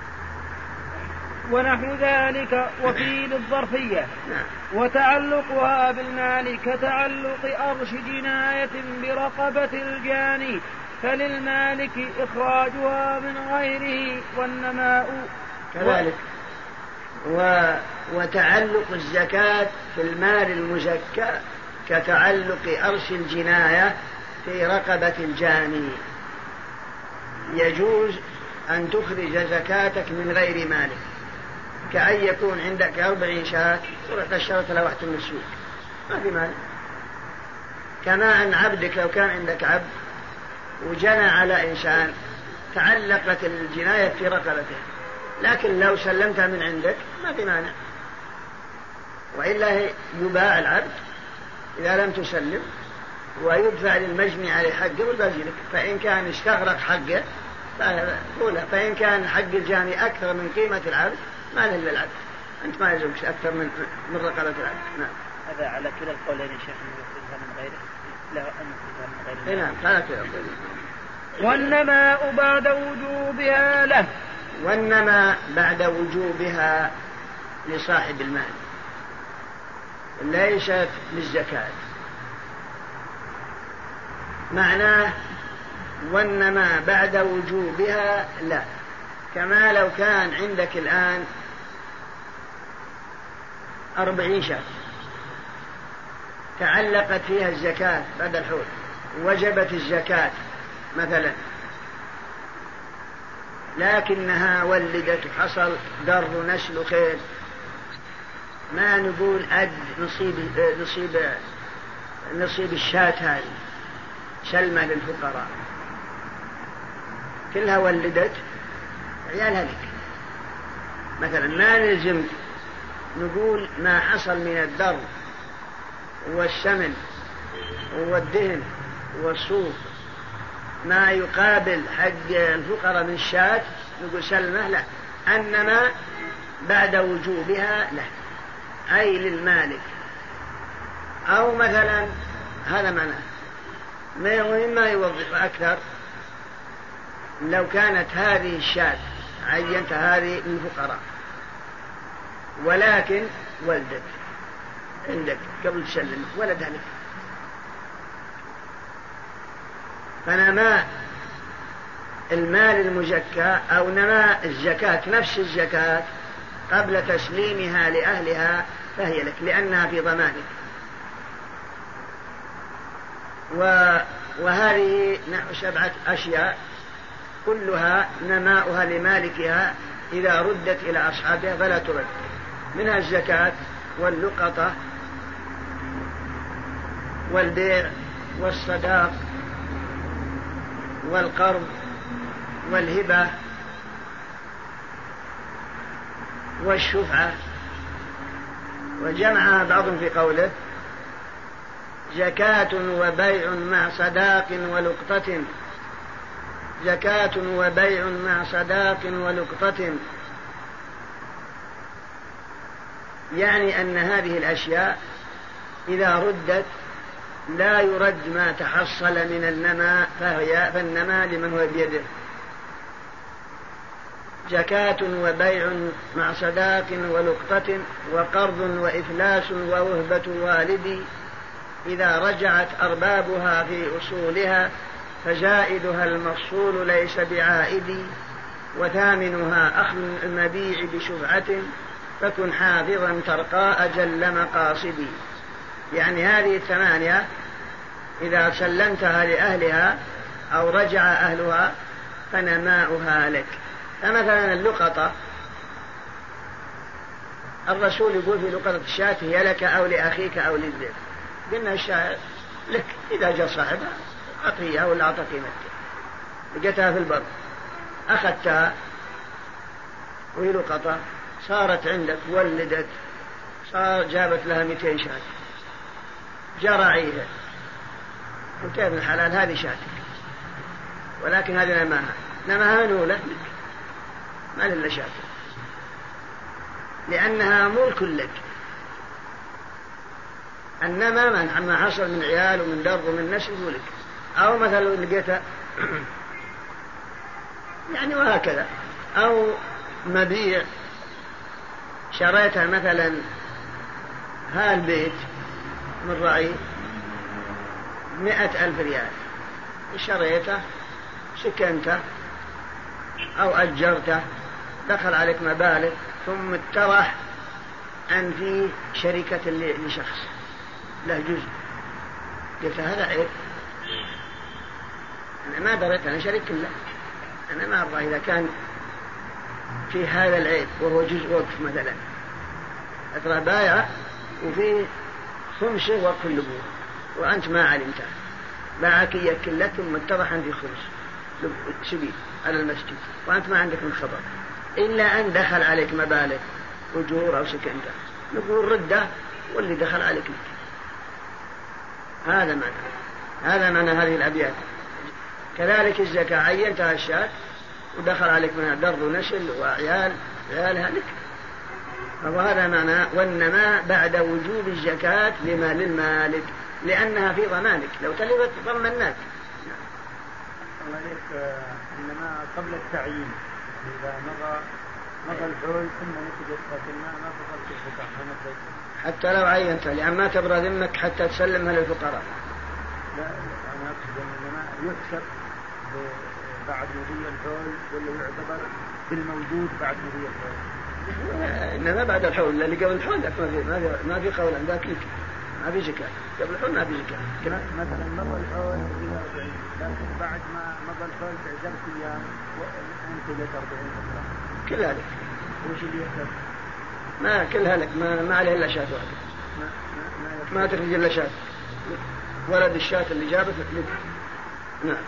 Speaker 3: ونحو ذلك وفي للظرفية.
Speaker 5: نعم.
Speaker 3: وتعلقها بالمال كتعلق أرش جناية برقبة الجاني، فللمالك إخراجها من غيره والنماء
Speaker 5: كذلك. وتعلق الزكاة في المال المزكى كتعلق أرش الجناية في رقبة الجاني. يجوز أن تخرج زكاتك من غير مالك، كأن يكون عندك 40 شاة ورحت اشتريت لها واحدة من السوق ما في مال. كما أن عبدك لو كان عندك عبد وجنى على إنسان تعلقت الجناية في رقبته، لكن لو سلمتها من عندك ما في مانع، وإلا يباع العبد إذا لم تسلم ويدفع للمجني عليه حقه والباقي لك. فإن كان استغرق حقه فإن كان حق الجاني أكثر من قيمة العبد ما له إلا العبد، أنت ما يلزمك أكثر من رقبة العبد. نعم.
Speaker 2: هذا على كلا القولين شيخ يخرجها من غيره، لا أن يخرجها من غيره.
Speaker 5: نعم على كلا القولين.
Speaker 3: والنماء بعد وجوبها له.
Speaker 5: والنماء بعد وجوبها لصاحب المال ليست للزكاة. معناه والنماء بعد وجوبها لا. كما لو كان عندك الآن 40 شاة تعلقت فيها الزكاة بعد الحول، وجبت الزكاة مثلا، لكنها ولدت وحصل در نسل خير، ما نقول أد نصيب الشاة هذه سلمة للفقراء، كلها ولدت عيالها لك مثلا. ما نلزم نقول ما حصل من الدر والسمن والدهن والصوف ما يقابل حق الفقراء من الشاة نقول سلمة، لا، أنما بعد وجوبها له، أي للمالك. أو مثلا هذا معناه مما يوضح أكثر، لو كانت هذه الشاة عينت هذه للفقراء ولكن ولدت عندك قبل تسلم ولدها لك، فنماء المال المزكى أو نماء الزكاة نفس الزكاة قبل تسليمها لأهلها فهي لك لأنها في ضمانك. وهذه نحو 7 أشياء كلها نماؤها لمالكها إذا ردت إلى أصحابها فلا ترد، منها الزكاة واللقطة والبيع والصداق والقرض والهبة والشفعة. وجمعها بعضهم في قوله زكاة وبيع مع صداق ولقطة، زكاة وبيع مع صداق ولقطة، يعني أن هذه الأشياء إذا ردت لا يرد ما تحصل من النماء، فالنماء لمن هو بيده. زكاة وبيع مع صداق ولقطة وقرض وإفلاس ووهبة والدي إذا رجعت أربابها في أصولها فزائدها المفصول ليس بعائد، وثامنها أخذ المبيع بشفعة فكن حافظا ترقى أجل مقاصدي. يعني هذه 8 إذا سلمتها لأهلها أو رجع أهلها فنماؤها لك. فمثلا اللقطة الرسول يقول في لقطة الشاة هي لك أو لأخيك أو للذئب، قلنا الشاة لك إذا جاء صاحبها أعطيها ولا أعطى قيمتها، لقيتها في البر أخذتها وهي لقطة صارت عندك ولدت، صار جابت لها 200 شاة جرعيها وكيف الحلال هذه شاتك، ولكن هذه نماها نولة لك ما لله شاتك لأنها ملك لك. النما عما حصل من عيال ومن در ومن نسل ملك. أو مثلا لقيتها يعني وهكذا. أو مبيع شريتها مثلا هالبيت من رعي 100,000 ريال، شريته سكنته أو أجرته دخل عليك مبالغ ثم اتضح أن في شركة لشخص له جزء، قلت هذا عيب، أنا ما دريت أنا شريك له، أنا ما أرضى إذا كان في هذا العيب وهو جزء وقف مثلا أترى بايع وفي خمسه وقف اللبور وأنت ما علمته باعك إياك كله ثم اتضح أن في خمس سبيل على المسجد وأنت ما عندك من خبر إلا أن دخل عليك مبالغ أجور أو سكنته، نقول رده واللي دخل عليك لك. هذا معنى هذه الأبيات. كذلك الزكاة عينتها الشاة ودخل عليك منها در ونسل وعيالها لك، وهذا معنى والنماء بعد وجوب الزكاة للمالك لأنها في ضمانك، لو تلفت ضمناك.
Speaker 2: الله عليك. النماء قبل التعيين إذا مضى الحول ثم نتجت الماء ما فضلت الزكاة
Speaker 5: حتى لو عينت لأن ما تبرى ذمك حتى تسلمها للفقراء.
Speaker 2: لا أنا أقصد أن النماء يحسب بعد مضي الحول ولا يعتبر بالموجود بعد مضي الحول؟
Speaker 5: إنما بعد الحول اللي قبل الحول ما في قول عندك لك ما في زكاة قبل الحول ما في زكاة.
Speaker 2: مثلا مضى الحول إلى 40 لكن بعد ما مضى الحول بعد أيام وأنتجت 40
Speaker 5: كل هذا
Speaker 2: وش اللي يحصل؟
Speaker 5: ما كلها لك ما عليه إلا شاة واحدة ما تخرج إلا شاة ولد الشاة اللي جابت لك. نعم.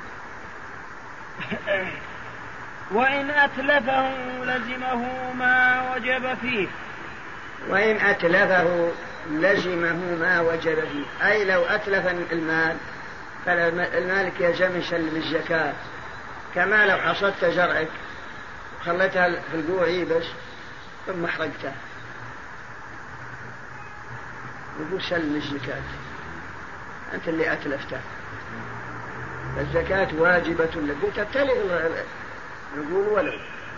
Speaker 3: وإن أتلفه لزمه ما وجب فيه.
Speaker 5: وإن أتلفه لزمه ما وجب فيه، أي لو أتلف المال فالمالك يلزم يسلم الزكاة، كما لو حصدت زرعك وخليتها في القوع يبس ثم حرقتها يقول سلم الزكاة، أنت اللي أتلفته، الزكاة واجبة لك وتبتلغ نقول ولو.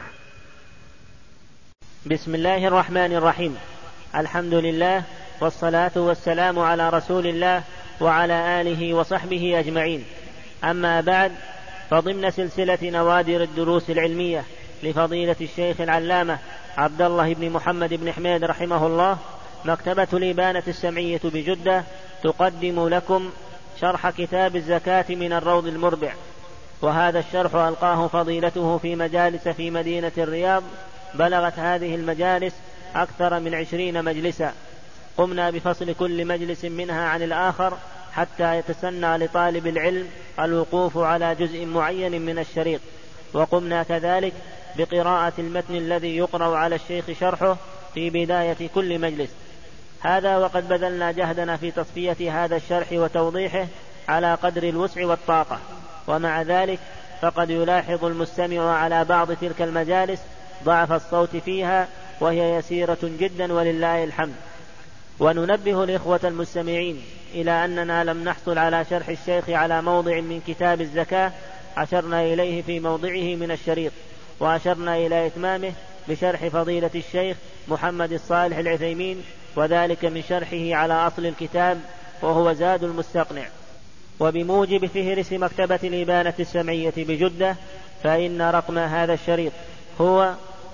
Speaker 4: بسم الله الرحمن الرحيم. الحمد لله والصلاة والسلام على رسول الله وعلى آله وصحبه أجمعين. أما بعد، فضمن سلسلة نوادر الدروس العلمية لفضيلة الشيخ العلامة عبد الله بن محمد بن حميد رحمه الله، مكتبة الإبانة السمعية بجدة تقدم لكم شرح كتاب الزكاة من الروض المربع. وهذا الشرح ألقاه فضيلته في مجالس في مدينة الرياض، بلغت هذه المجالس أكثر من 20 مجلسا. قمنا بفصل كل مجلس منها عن الآخر حتى يتسنى لطالب العلم الوقوف على جزء معين من الشريط، وقمنا كذلك بقراءة المتن الذي يقرأ على الشيخ شرحه في بداية كل مجلس. هذا وقد بذلنا جهدنا في تصفية هذا الشرح وتوضيحه على قدر الوسع والطاقة، ومع ذلك فقد يلاحظ المستمع على بعض تلك المجالس ضعف الصوت فيها، وهي يسيرة جدا ولله الحمد. وننبه الإخوة المستمعين إلى أننا لم نحصل على شرح الشيخ على موضع من كتاب الزكاة أشرنا إليه في موضعه من الشريط، وأشرنا إلى إتمامه بشرح فضيلة الشيخ محمد الصالح العثيمين، وذلك من شرحه على أصل الكتاب وهو زاد المستقنع. وبموجب فهرس مكتبة الإبانة السمعية بجدة، فإن رقم هذا الشريط هو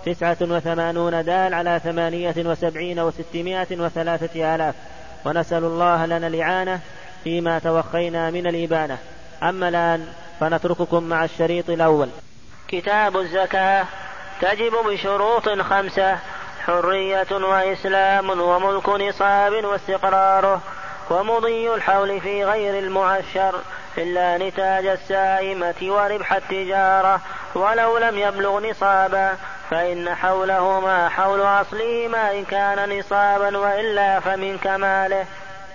Speaker 4: 89 دال على 78 و603 آلاف، ونسأل الله لنا الإعانة فيما توخينا من الإبانة. أما الآن فنترككم مع الشريط الأول. كتاب الزكاة تجب بشروط 5: حرية وإسلام وملك نصاب واستقراره، ومضي الحول في غير المعشر إلا نتاج السائمة وربح التجارة، ولو لم يبلغ نصابا فإن حولهما حول أصلهما إن كان نصابا، وإلا فمن كماله.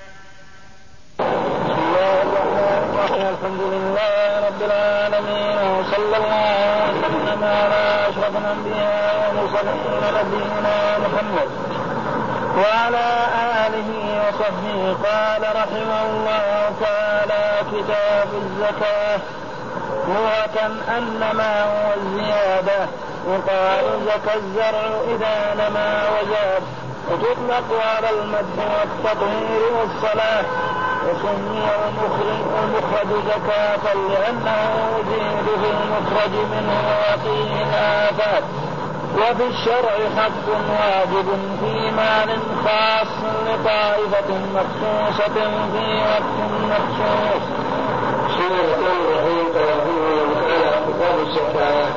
Speaker 3: الحمد لله رب العالمين، وصلى الله وسلم على أشرف الأنبياء والمرسلين نبينا محمد وعلى آله وصحبه. قال رحمه الله تعالى: كتاب الزكاة لغة أنما هو الزيادة، وقال زكى الزرع إذا نما وزاد، وتطلق على المدح والتطهير والصلاة، وسمي المخرج زكاة لأنه يزيد في المخرج منه ويقيه الآفات. وفي الشرع حق واجب في مال خاص لطائفة مخصوصة في وقت مخصوص.
Speaker 5: بسم الله الرحمن الرحيم. كتاب الزكاة.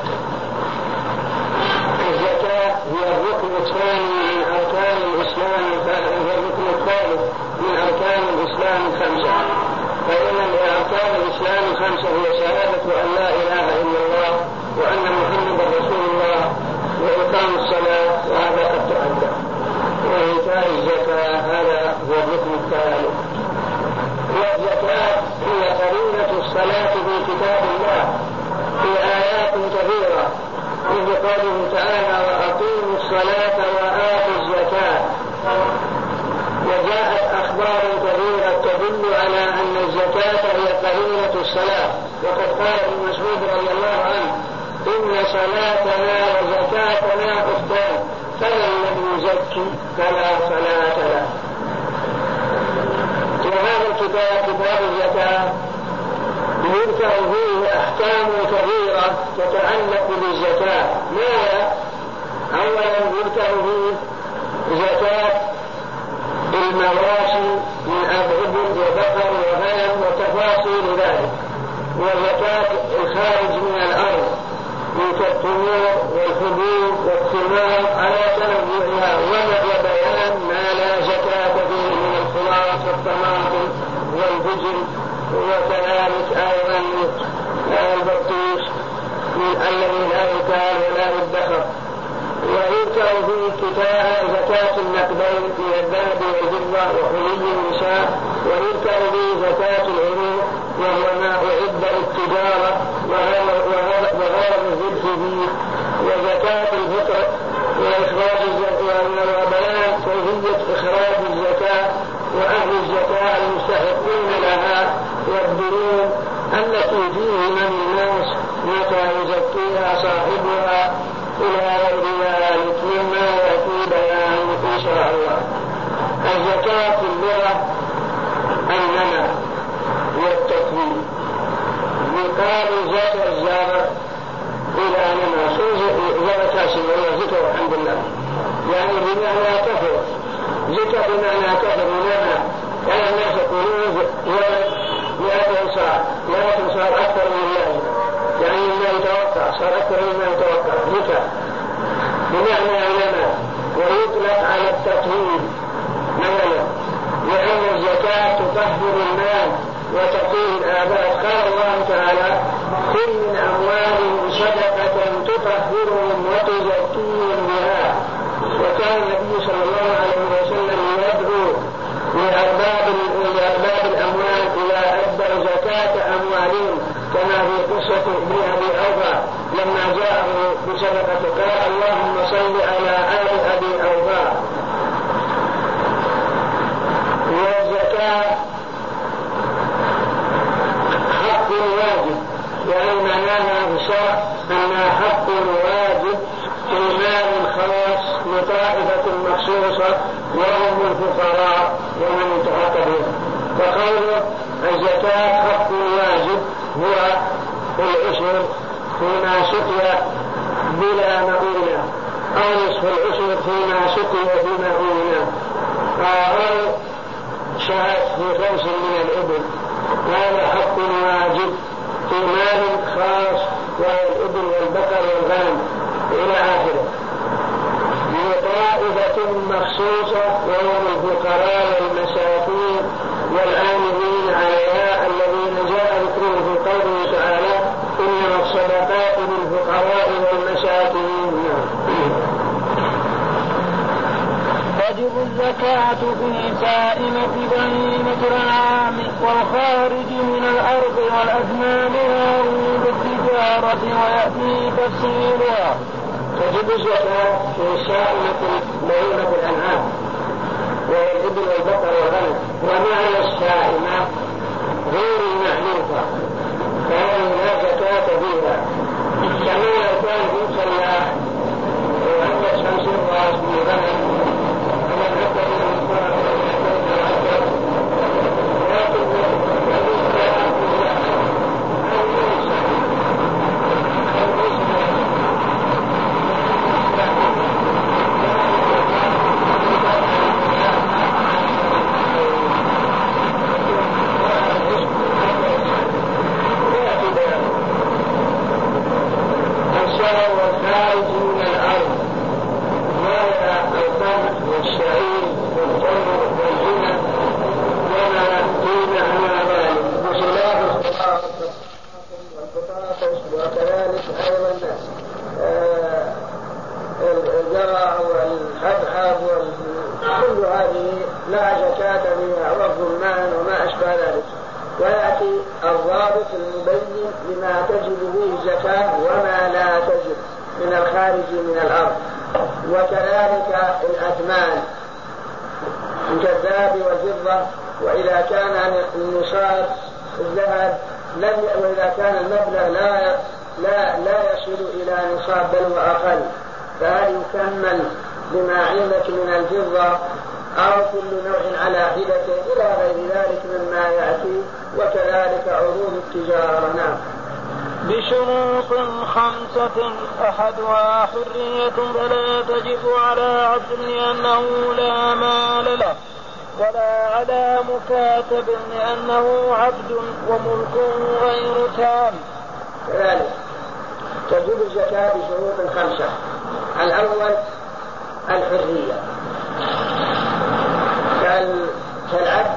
Speaker 5: الزكاة هي الركن الثاني من أركان الإسلام، هي الركن الثالث من أركان الإسلام 5. فإن أركان الإسلام 5 هي شهادة أن لا إله إلا الله وأن محمدا رسول الله، وإقام الصلاة وهذا قد تقدم، وإيتاء الزكاة هذا هو الركن الثالث. والزكاة هي قرينة الصلاة في كتاب الله في آيات كثيرة، مثل قوله تعالى: وأقيموا الصلاة وآتوا الزكاة. وجاءت أخبار كثيرة تدل على أن الزكاة هي قرينة الصلاة، وقد قال ابن مسعود رضي الله عنه: إن صلاتنا وزكاتنا أختان، فمن لم يزكي فلا صلاة له. وهذا الكتاب كتاب الزكاة
Speaker 1: يذكر فيه أحكام كبيرة تتعلق بالزكاة. ماذا؟ أولا يذكر فيه زكاة المواشي من أبعد وبقر وغنم وتفاصيل ذلك، وزكاة الخارج من الأرض من كالتمور والحبوب والثمار على تنوعها، وبيان ما لا زكاة فيه من الخضار والطماطم والبجل، وكذلك أيضا البطيخ الذي لا يكال ولا يدخر. ويذكر فيه زكاة النقدين من الذهب والفضة وحلي النساء، ويذكر فيه زكاة العروق وهو ما أعد للتجارة وغرض الذبح فيه، وزكاة الفطر وإخراج الزكاة وبيان كيفية إخراج الزكاة وأهل الزكاة المستحقون لها والديون التي فيه من الناس متى يزكيها صاحبها إلى غير ذلك مما يأتي بيانه إن شاء الله. الزكاة في اللغة النمى والتكوين، يقال زكاة الزرع إلى نمى زكاة سنوية زكاة والحمد لله، يعني بمعنى كفر، زكاة بمعنى كفر ونمى، يعني الناس يقولون لا صار أكثر من الله، يعني ما يتوقع صار أكثر مما يتوقع زكاة بمعنى نمى. ويطلق على التطهير مثلا، لأن الزكاة تطهر المال وتقيه الآباء. قال الله تعالى: خذ من أموالهم صدقة تطهرهم وتزكيهم بها. وكان النبي صلى الله عليه وسلم يدعو لأرباب الأموال إلى أدى زكاة أموالهم، كما في قصة ابن أبي أوفى لما جاءه بصدقة قال: اللهم صل على آل أبي أوفى. والزكاة حق واجب، يعني معناها بشرع أنها حق واجب في مال خاص لطائفة مخصوصة وهم الفقراء ومن يتعاقب بهم. فقوله الزكاة حق واجب هو العشر فيما سقي بلا مؤونة، أو نصف العشر فيما سقي بمؤونة، أو شهد في 5 من الإبل. هذا حق واجب في مال خاص وهو الإبل والبقر والغنم إلى آخره، لطائفة مخصوصة وهم الفقراء والمساكين والآمنين عليها الذين جاء ذكرهم في قوله تعالى: إنما الصدقات للفقراء والمساكين.
Speaker 3: تجب الزكاة في سائمة بهيمة الأنعام والخارج من الأرض والأثمانها بالتجارة، ويأتي تفصيلها.
Speaker 1: تجب الزكاة في سائمة بهيمة الأنعام وهي الإبل والبقر والغنم. ومعنى السائمة غير المعلوفة، فهذه لا زكاة فيها، كما لو كان في فلاح وعنده 50 راس من غنم أو كل نوع على حدته إلى غير ذلك مما يأتي، وكذلك عروض التجارة. نعم.
Speaker 3: بشروط 5 أحدها حرية فلا تجب على عبد لأنه لا مال له، ولا على مكاتب لأنه عبد وملكه غير تام.
Speaker 1: كذلك تجب الزكاة بشروط 5. الأول الحرية، كالعبد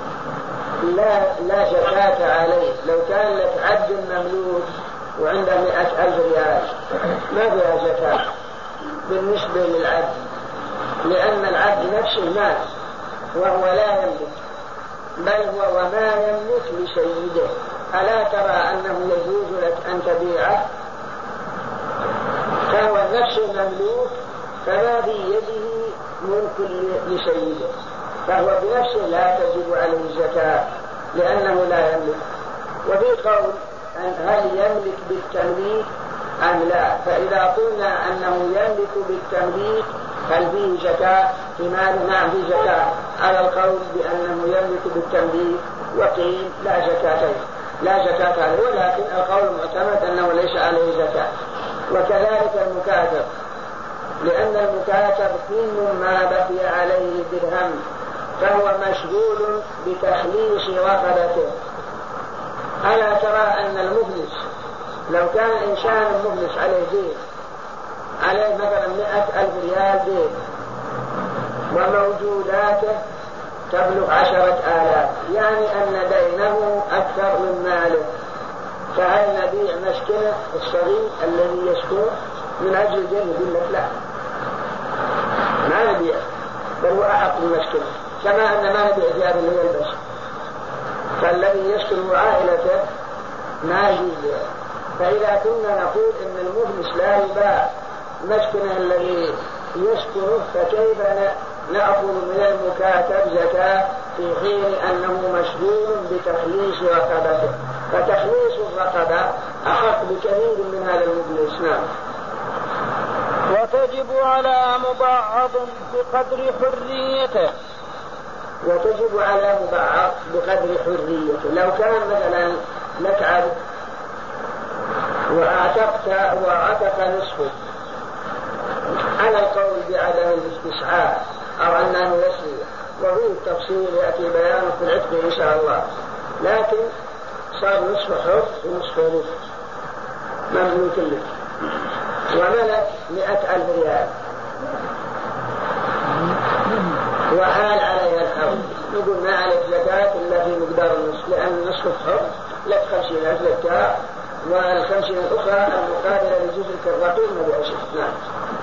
Speaker 1: لا زكاة عليه. لو كان لك عبد مملوك وعنده 100,000 ريال ما فيها زكاة بالنسبة للعبد، لأن العبد نفسه مال وهو لا يملك، بل هو وما يملك لسيده. ألا ترى أنه يجوز لك أن تبيعه؟ فهو نفسه مملوك، فما في يده ملك لسيده، فهو بنفسه لا تجب عليه الزكاة لأنه لا يملك. وفي قول هل يملك بالتمليك أم لا؟ فإذا قلنا أنه يملك بالتمليك هل فيه زكاة في ماله؟ نعم فيه زكاة على القول بأنه يملك بالتمليك، وقيل لا زكاة عليه، ولكن القول المعتمد أنه ليس عليه زكاة. وكذلك المكاتب، لأن المكاتب كل ما بقي عليه درهم فهو مشغول بتخليص رقبته. ألا ترى أن المفلس لو كان إنسان مفلس عليه دين، عليه مثلا 100,000 ريال دين وموجوداته تبلغ 10,000، يعني أن دينه أكثر من ماله، فهل نبيع مسكنه الصغير الذي يسكن من أجل الدين؟ يقول لك لا، ما نبيع، بل هو أحق المسكنة، كما أن ما نبيع ثياب اللي يلبس. فالذي يسكن عائلته ما يجوز. فإذا كنا نقول إن المفلس لا يباع مسكنه الذي يسكنه، فكيف نأخذ من المكاتب زكاة في حين أنه مشغول بتخليص رقبته؟ فتخليص الرقبة أخف بكثير من هذا المفلس. نعم.
Speaker 3: وتجب على مبعض بقدر حريته.
Speaker 1: وتجب على مبعض بقدر حريته. لو كان مثلا لك عبد وأعتق نصفه على القول بعدم الاستصحاء أو أنه يسري، وفيه التفصيل يأتي بيانه في العتق إن شاء الله، لكن صار نصف حر ونصف نصف مملوك لك، وملك 100,000 ريال وحال عليها الحول، نقول ما عليك زكاة إلا في مقدار النصف، لأن نصف حر لك 50,000 زكاة، وال50 الأخرى المقابلة لجزء الرقيق ما بأشياء. نعم.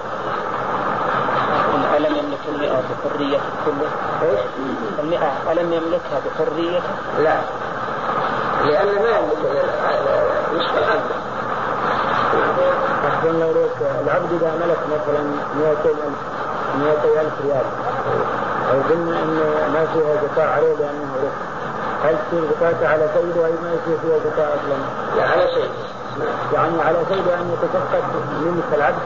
Speaker 2: ألم يملك 100 بحرية كله؟
Speaker 1: إيش؟
Speaker 2: 100 ألم يملكها بحرية؟
Speaker 1: لا، لأن ما يملك نصف العبد.
Speaker 2: أحسن لو العبد إذا ملك مثلا 200,000 ريال، أو قلنا أن ما فيها زكاة عليه لأنه رزق، هل تصير زكاة على سيده أي ما يصير فيها زكاة أصلا؟
Speaker 1: لا، على سيده.
Speaker 2: يعني على سيده أن يتفقد ملك العبد.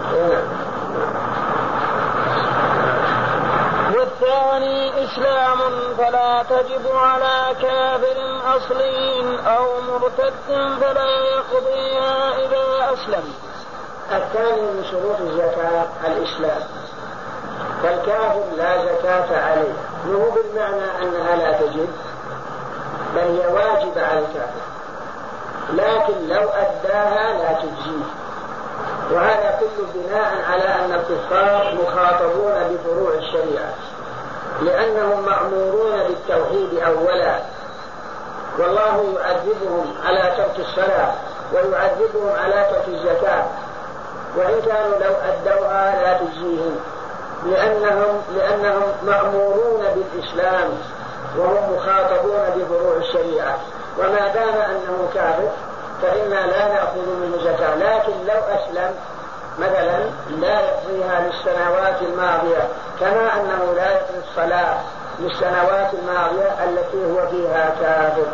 Speaker 3: والثاني إسلام فلا تجب على كافر أصلي أو مرتد فلا يقضيها إذا أسلم.
Speaker 1: الثاني من شروط الزكاة الإسلام، فالكافر لا زكاة عليه، مو بالمعنى أنها لا تجب، بل هي واجبة على الكافر، لكن لو أداها لا تجزيه. وهذا كله بناء على أن الكفار مخاطبون بفروع الشريعة، لأنهم مأمورون بالتوحيد أولا، والله يعذبهم على ترك الصلاة ويعذبهم على ترك الزكاة، وإن كانوا لو أدوها لا تجزيهم، لأنهم مأمورون بالإسلام وهم مخاطبون بفروع الشريعة. وما دام أنه كافر فإنا لا نأخذ منه زكاة، لكن لو أسلم مثلا لا يقضيها للسنوات الماضية، كما أنه لا يقضي الصلاة للسنوات الماضية التي هو فيها كافر.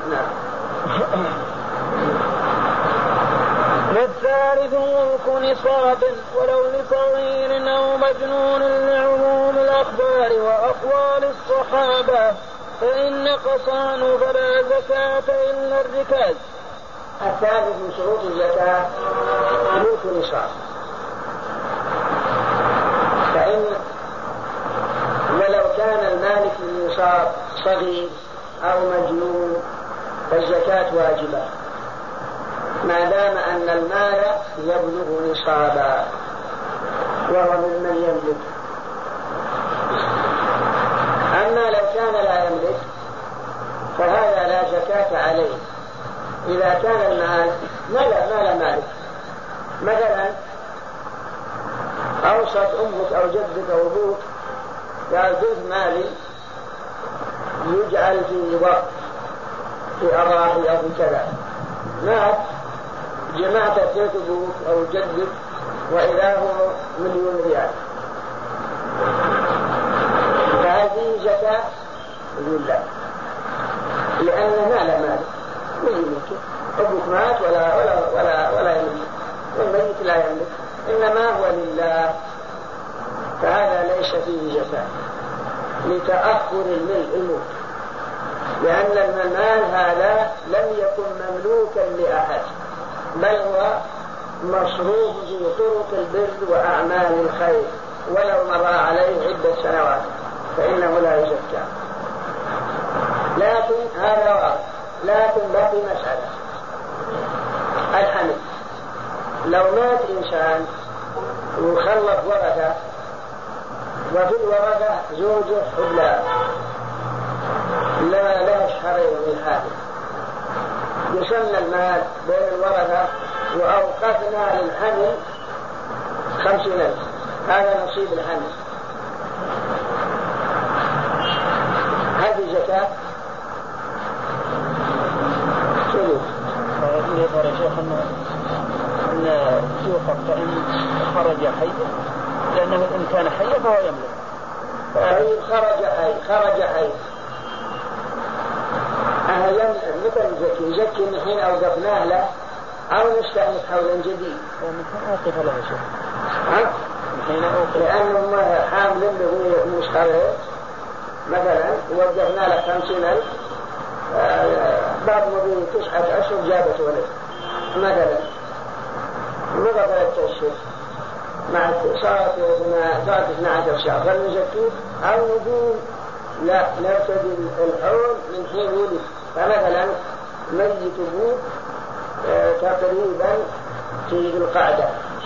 Speaker 3: والثالث ملك نصاب ولو لصغير أو مجنون لعموم الأخبار وأقوال الصحابة، فإن نقصان فلا زكاة إلا الركاز.
Speaker 1: الثالث من شروط الزكاة ملك نصاب، فإن ولو كان المالك للنصاب صغير أو مجنون فالزكاة واجبة ما دام أن المال يبلغ نصابا وهو ممن يملك. أما لو كان لا يملك فهذا لا زكاة عليه. إذا كان المال مال مالك، مثلا أوصت أمك أو جدك أو أبوك قال جزء مالي يجعل في وقت في أراضي أو في كذا، مات جمعت بيت أبوك أو جدك وإذا هو 1,000,000 ريال، فهذه زكاة؟ يقول لا، لأن مال مالك من يملكه. أبوك مات ولا يملك، والميت لا يملك، إنما هو لله، فهذا ليس فيه زكاة لتأخر الموت، لأن المال هذا لم يكن مملوكا لأحد، بل هو مصروف في طرق البر وأعمال الخير، ولو مضى عليه عدة سنوات فإنه لا يزكى. لكن هذا واضح. لكن باقي مسألة الحمل. لو مات إنسان وخلف ورثة وفي الورثة زوجه حبلى لا شهرين من حاله، يسمى المال بين الورثة وأوقفنا للحمل 50,000، هذا نصيب الحمل، هذه زكاة.
Speaker 2: يظهر يا شيخ أن يوقف فإن خرج حي، لأنه إن كان حي فهو يملك.
Speaker 1: فإن خرج حي مثل يزكي من حين أوقفناه له أو نستأنف حولا جديد.
Speaker 2: من حين أوقف له شيء.
Speaker 1: من حين أوقف، لأنه حامل له مشهره مثلا ووقفنا له 50,000، بعد مضي 9 أشهر جابت ولد مثلا، مضى 3 أشهر مع صارت 12 شهر، فلنزكيه أو نقول لا نرتدي الحول من حين ولد. فمثلا ميت أبوك تقريبا في القعدة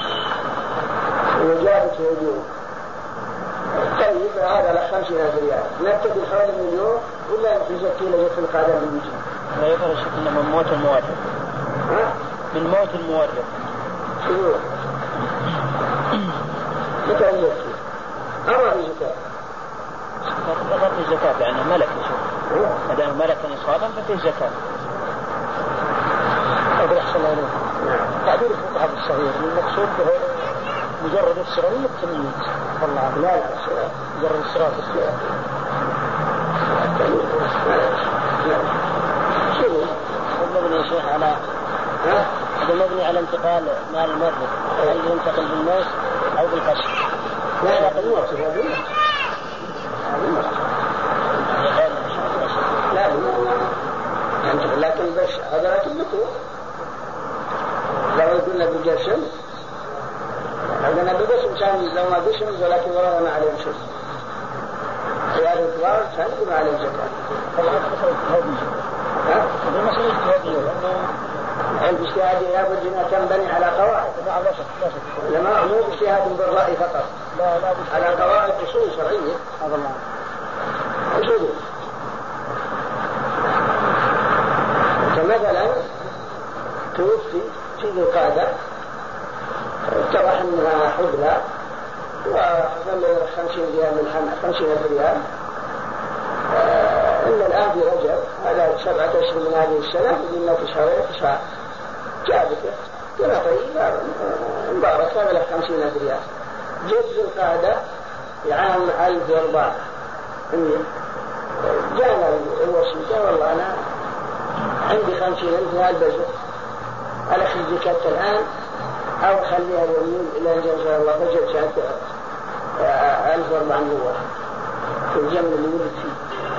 Speaker 1: وجابت اليوم، طيب هذا له 50,000 ريال، نرتدي الحول من اليوم ولا نزكي له في القعدة اللي يجي؟
Speaker 2: لا يظهر شيء إنه من موت المورث. من موت المورث.
Speaker 1: شنو؟ متى يزكي؟ أمر زكاة.
Speaker 2: فقط الزكاة لأنه ملك يشوف. ما دام ملك نصابا ففيه زكاة.
Speaker 1: هذا أحسن عليه. تعبير الفقهاء الصغير المقصود به مجرد الصغر والتمييز. والله لا الصغر مجرد الصغر الصغير.
Speaker 2: مبني يا شيخ على هذا مبني على انتقال مال المورث، هل ينتقل بالموت أو بالقصر؟
Speaker 1: لا بالموت لا بالموت، لكن بس هذا لكن بكو لو قلنا بالجسم عندنا بالجسم كان لو ما قسم ولكن ورانا عليهم شيء خيار الكبار كان يكون عليه زكاة.
Speaker 2: طبعا مسألة اجتهادية. هذه مسألة اجتهادية لأنه
Speaker 1: الاجتهاد لابد أنها تنبني على قواعد.
Speaker 2: لا شك.
Speaker 1: لما مو اجتهاد بالرأي فقط.
Speaker 2: لا
Speaker 1: على قواعد أصول شرعية.
Speaker 2: هذا الله.
Speaker 1: أصول. كمثلا توفي في ذي القعدة اتضح أنها حبلى وظل 50 ريال من الحمل 50,000 ريال. إن الآن في رجب هذا 7 أشهر من هذه السنة إلا في شهرين 9 جابته كنا طيب مبارك هذا له 50,000 ريال. جد القعدة عام 1004 جانا الوصية والله أنا عندي 50,000 في هالبزر ألخي الزكاة الآن أو خليها اليومين إلى إن شاء الله فجد شهادة 1400 في الجمل اللي ولد فيه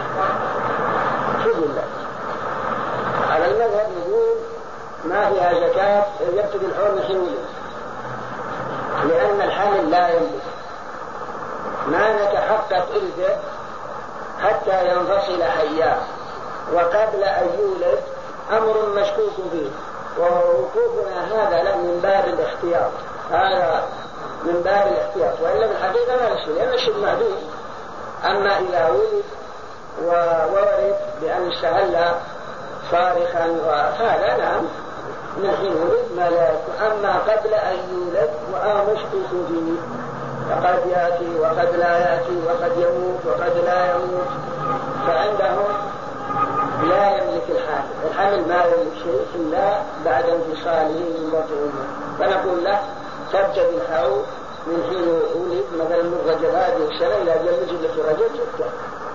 Speaker 1: شو الله. على المذهب يقول ما فيها زكاة يبتدي الحول من حين ولد، لأن الحمل لا يملك، ما نتحقق إرثه حتى ينفصل حياه، وقبل أن يولد أمر مشكوك فيه، ووقوفنا هذا له من باب الاحتياط، هذا من باب الاحتياط، وإلا بالحقيقة ما نشي لأن الشيء معدوم. أما إذا ولد وورد بأن استهل صارخا فهذا نعم من حين ولد ملاك. أما قبل أن يولد مشكوك فيه، فقد يأتي وقد لا يأتي وقد يموت وقد لا يموت، فعندهم لا يملك الحمل ما يملك شيء إلا بعد انفصاله من بطن أمه. فنقول له تبتدي الحول من حين ولد، مثلا من رجب هذه السنة إلى جل في رجب جدا،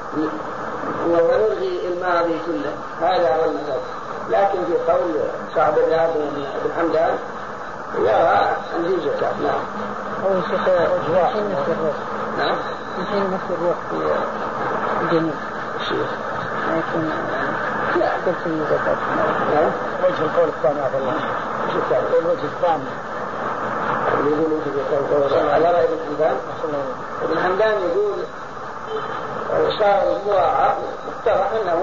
Speaker 1: ونلغي الماضي كله. هذا هو المذهب. لكن في قول صعب بن حمدان لا أنهي زكاة. نعم.
Speaker 2: أول شيخ أجواء
Speaker 1: نعم.
Speaker 2: من حين نفس الروح في الجنين
Speaker 1: الشيخ
Speaker 2: لكن لا تبتدي زكاة.
Speaker 1: نعم.
Speaker 2: وجه القول الثاني عبد الله. الوجه الثاني
Speaker 1: اللي يقولوا في قول على رأي ابن حمدان. ابن حمدان يقول صار المراعى اتضح أنه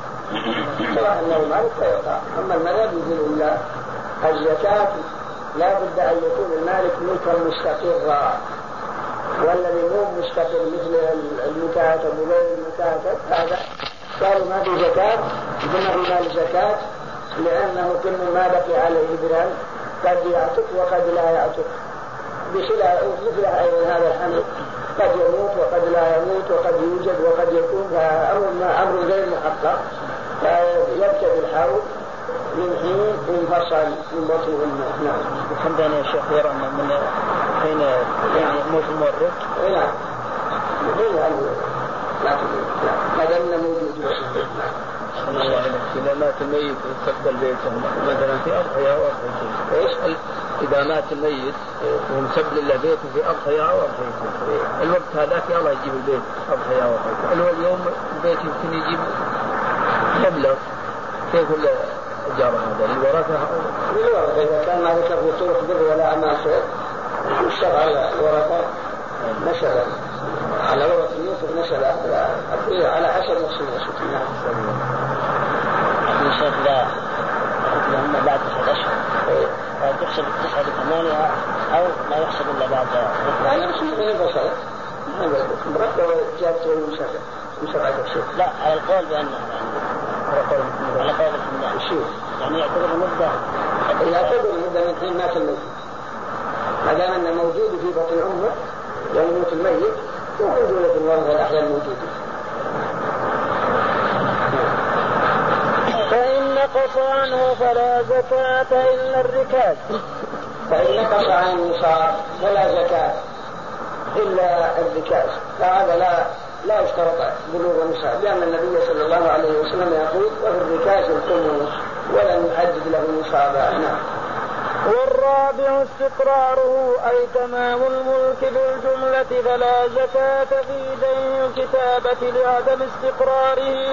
Speaker 1: مالك فيقع. أما المذهب يقول لا، الزكاة لا بد أن يكون المالك ملكا مستقرا، والذي مو مستقر مثل المكاتب وغير المكاتب هذا قالوا ما في زكاة، قلنا في مال زكاة، لأنه كل ما بقي عليه درهم قد يعتق وقد لا يعتق، بخلاف مثل هذا الحمل قد يموت وقد لا يموت وقد يوجد وقد يكون أمر غير محقق، فيبتدي الحول من حين انفصل من بطن أمه. نعم.
Speaker 2: الحمد لله يا شيخ يرى من حين يموت المورث.
Speaker 1: نعم. ما دامنا موجود.
Speaker 2: إذا مات الميت ومستقبل بيته مثلا في أضحية أو أضحية. إيش؟ إذا مات الميت ومستقبل له بيته في أضحية أو أضحية، الوقت هذاك الله يجيب البيت أضحية أو أضحية. اليوم البيت يمكن يجيب مبلغ، كيف الجارة هذا الورثة؟
Speaker 1: إذا كان ما ذكر في طرق بر ولا أعمال خير يشتغل الورثة مثلا على ورثة يوسف مثلا على حسب نفس النسوة.
Speaker 2: من شيخ لا هم بعد 9 أشهر تحسب 9 ل8 أو ما يحسب إلا بعد
Speaker 1: لا يحسب من البصرة مرتبة جاءت مسرعة الشيء.
Speaker 2: لا على القول بأنه على قول الحمد يعني يعتبر المدة
Speaker 1: من حين مات الميت، ما دام أنه موجود في بطن أمه يموت الميت وموجودة في الورثة الأحياء الموجودة.
Speaker 3: فإن نقص عنه فلا زكاة إلا الركاز.
Speaker 1: فإن نقص عن النصاب فلا زكاة إلا الركاز، فهذا لا يشترط بلوغ النصاب، لأن النبي صلى الله عليه وسلم يقول وفي الركاز الخمس ولم يحدد له نصابا. نعم.
Speaker 3: والرابع استقراره أي تمام الملك بالجملة، فلا زكاة في دين الكتابة لعدم استقراره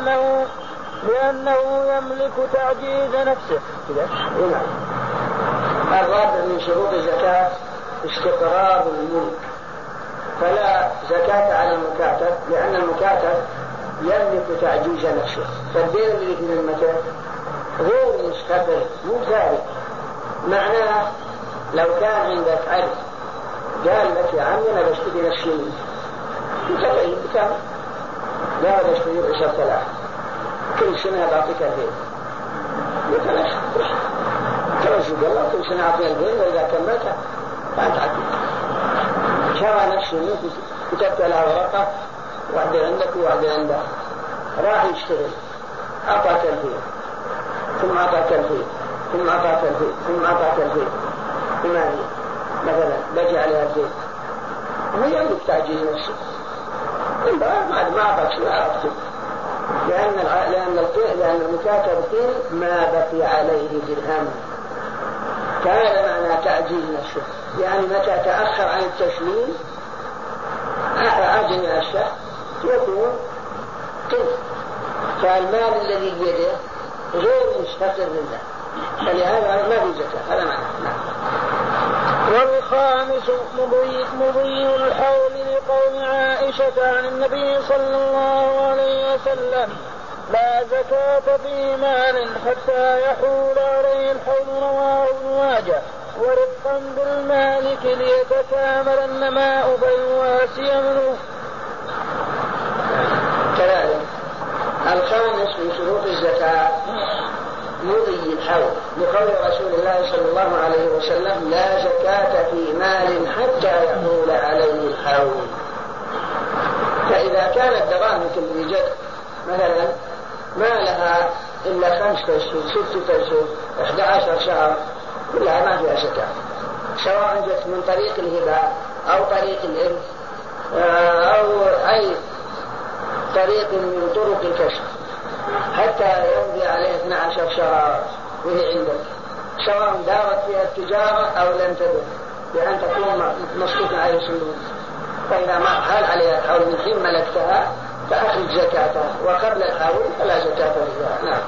Speaker 3: لأنه يملك تعجيز نفسه.
Speaker 1: نعم. الرابع من شروط الزكاة استقرار الملك، فلا زكاة على المكاتب، لأن المكاتب يملك تعجيز نفسه، فالدين اللي في المكان غير مستقر مو ثابت. معناه لو كان عندك عرض قال لك يا عمي أنا بشتري نفسي انت طيب بكم؟ لا بشتري ب10,000 كل سنة بعطيك 2,000 يتنشط ترزق الله كل سنة أعطيها 2,000 وإذا كملتها فأنت عديد شرى نفسه منك كتبت لها ورقة واحدة عندك وواحدة عندك، راح يشتغل أعطاك 2,000 ثم أعطاك 2,000 ثم أعطاك 2,000 ثم أعطاك 2,000 ثمانية مثلا بجي عليها 2,000 وهي يملك تعجيز نفسه ما أعطاك شيء أعطاك، لأن المكاتب ما بقي عليه درهم، كان معنى تعجيز نفسه، يعني متى تأخر عن التسليم أعجم الشهر يكون قسط، فالمال الذي بيده غير مستقر لله، فلهذا ما في زكاة. هذا معنى.
Speaker 3: والخامس مضي الحول لقول عائشة عن النبي صلى الله عليه وسلم: لا زكاة في مال حتى يحول عليه الحول. رواه ابن ماجه. ورفقا بالمالك ليتكامل النماء فيواسي منه.
Speaker 1: كذلك الخامس من شروط الزكاة مضي الحول لقول رسول الله صلى الله عليه وسلم: لا زكاة في مال حتى يحول عليه الحول. فإذا كانت دراهم الرجال مثلا ما لها إلا 5 أشهر 6 أشهر 11 شهر كلها ما فيها زكاة، سواء جت من طريق الهبة أو طريق الإرث أو أي طريق من طرق الكشف، حتى يمضي عليه 12 شهر وهي عندك، سواء دارت فيها التجارة أو لم تدر، بأن تكون مصروفا عليه سنون. فإذا ما حال عليها الحول من حين ملكتها فأخرج زكاتها، وقبل الحول فلا زكاة فيها. نعم.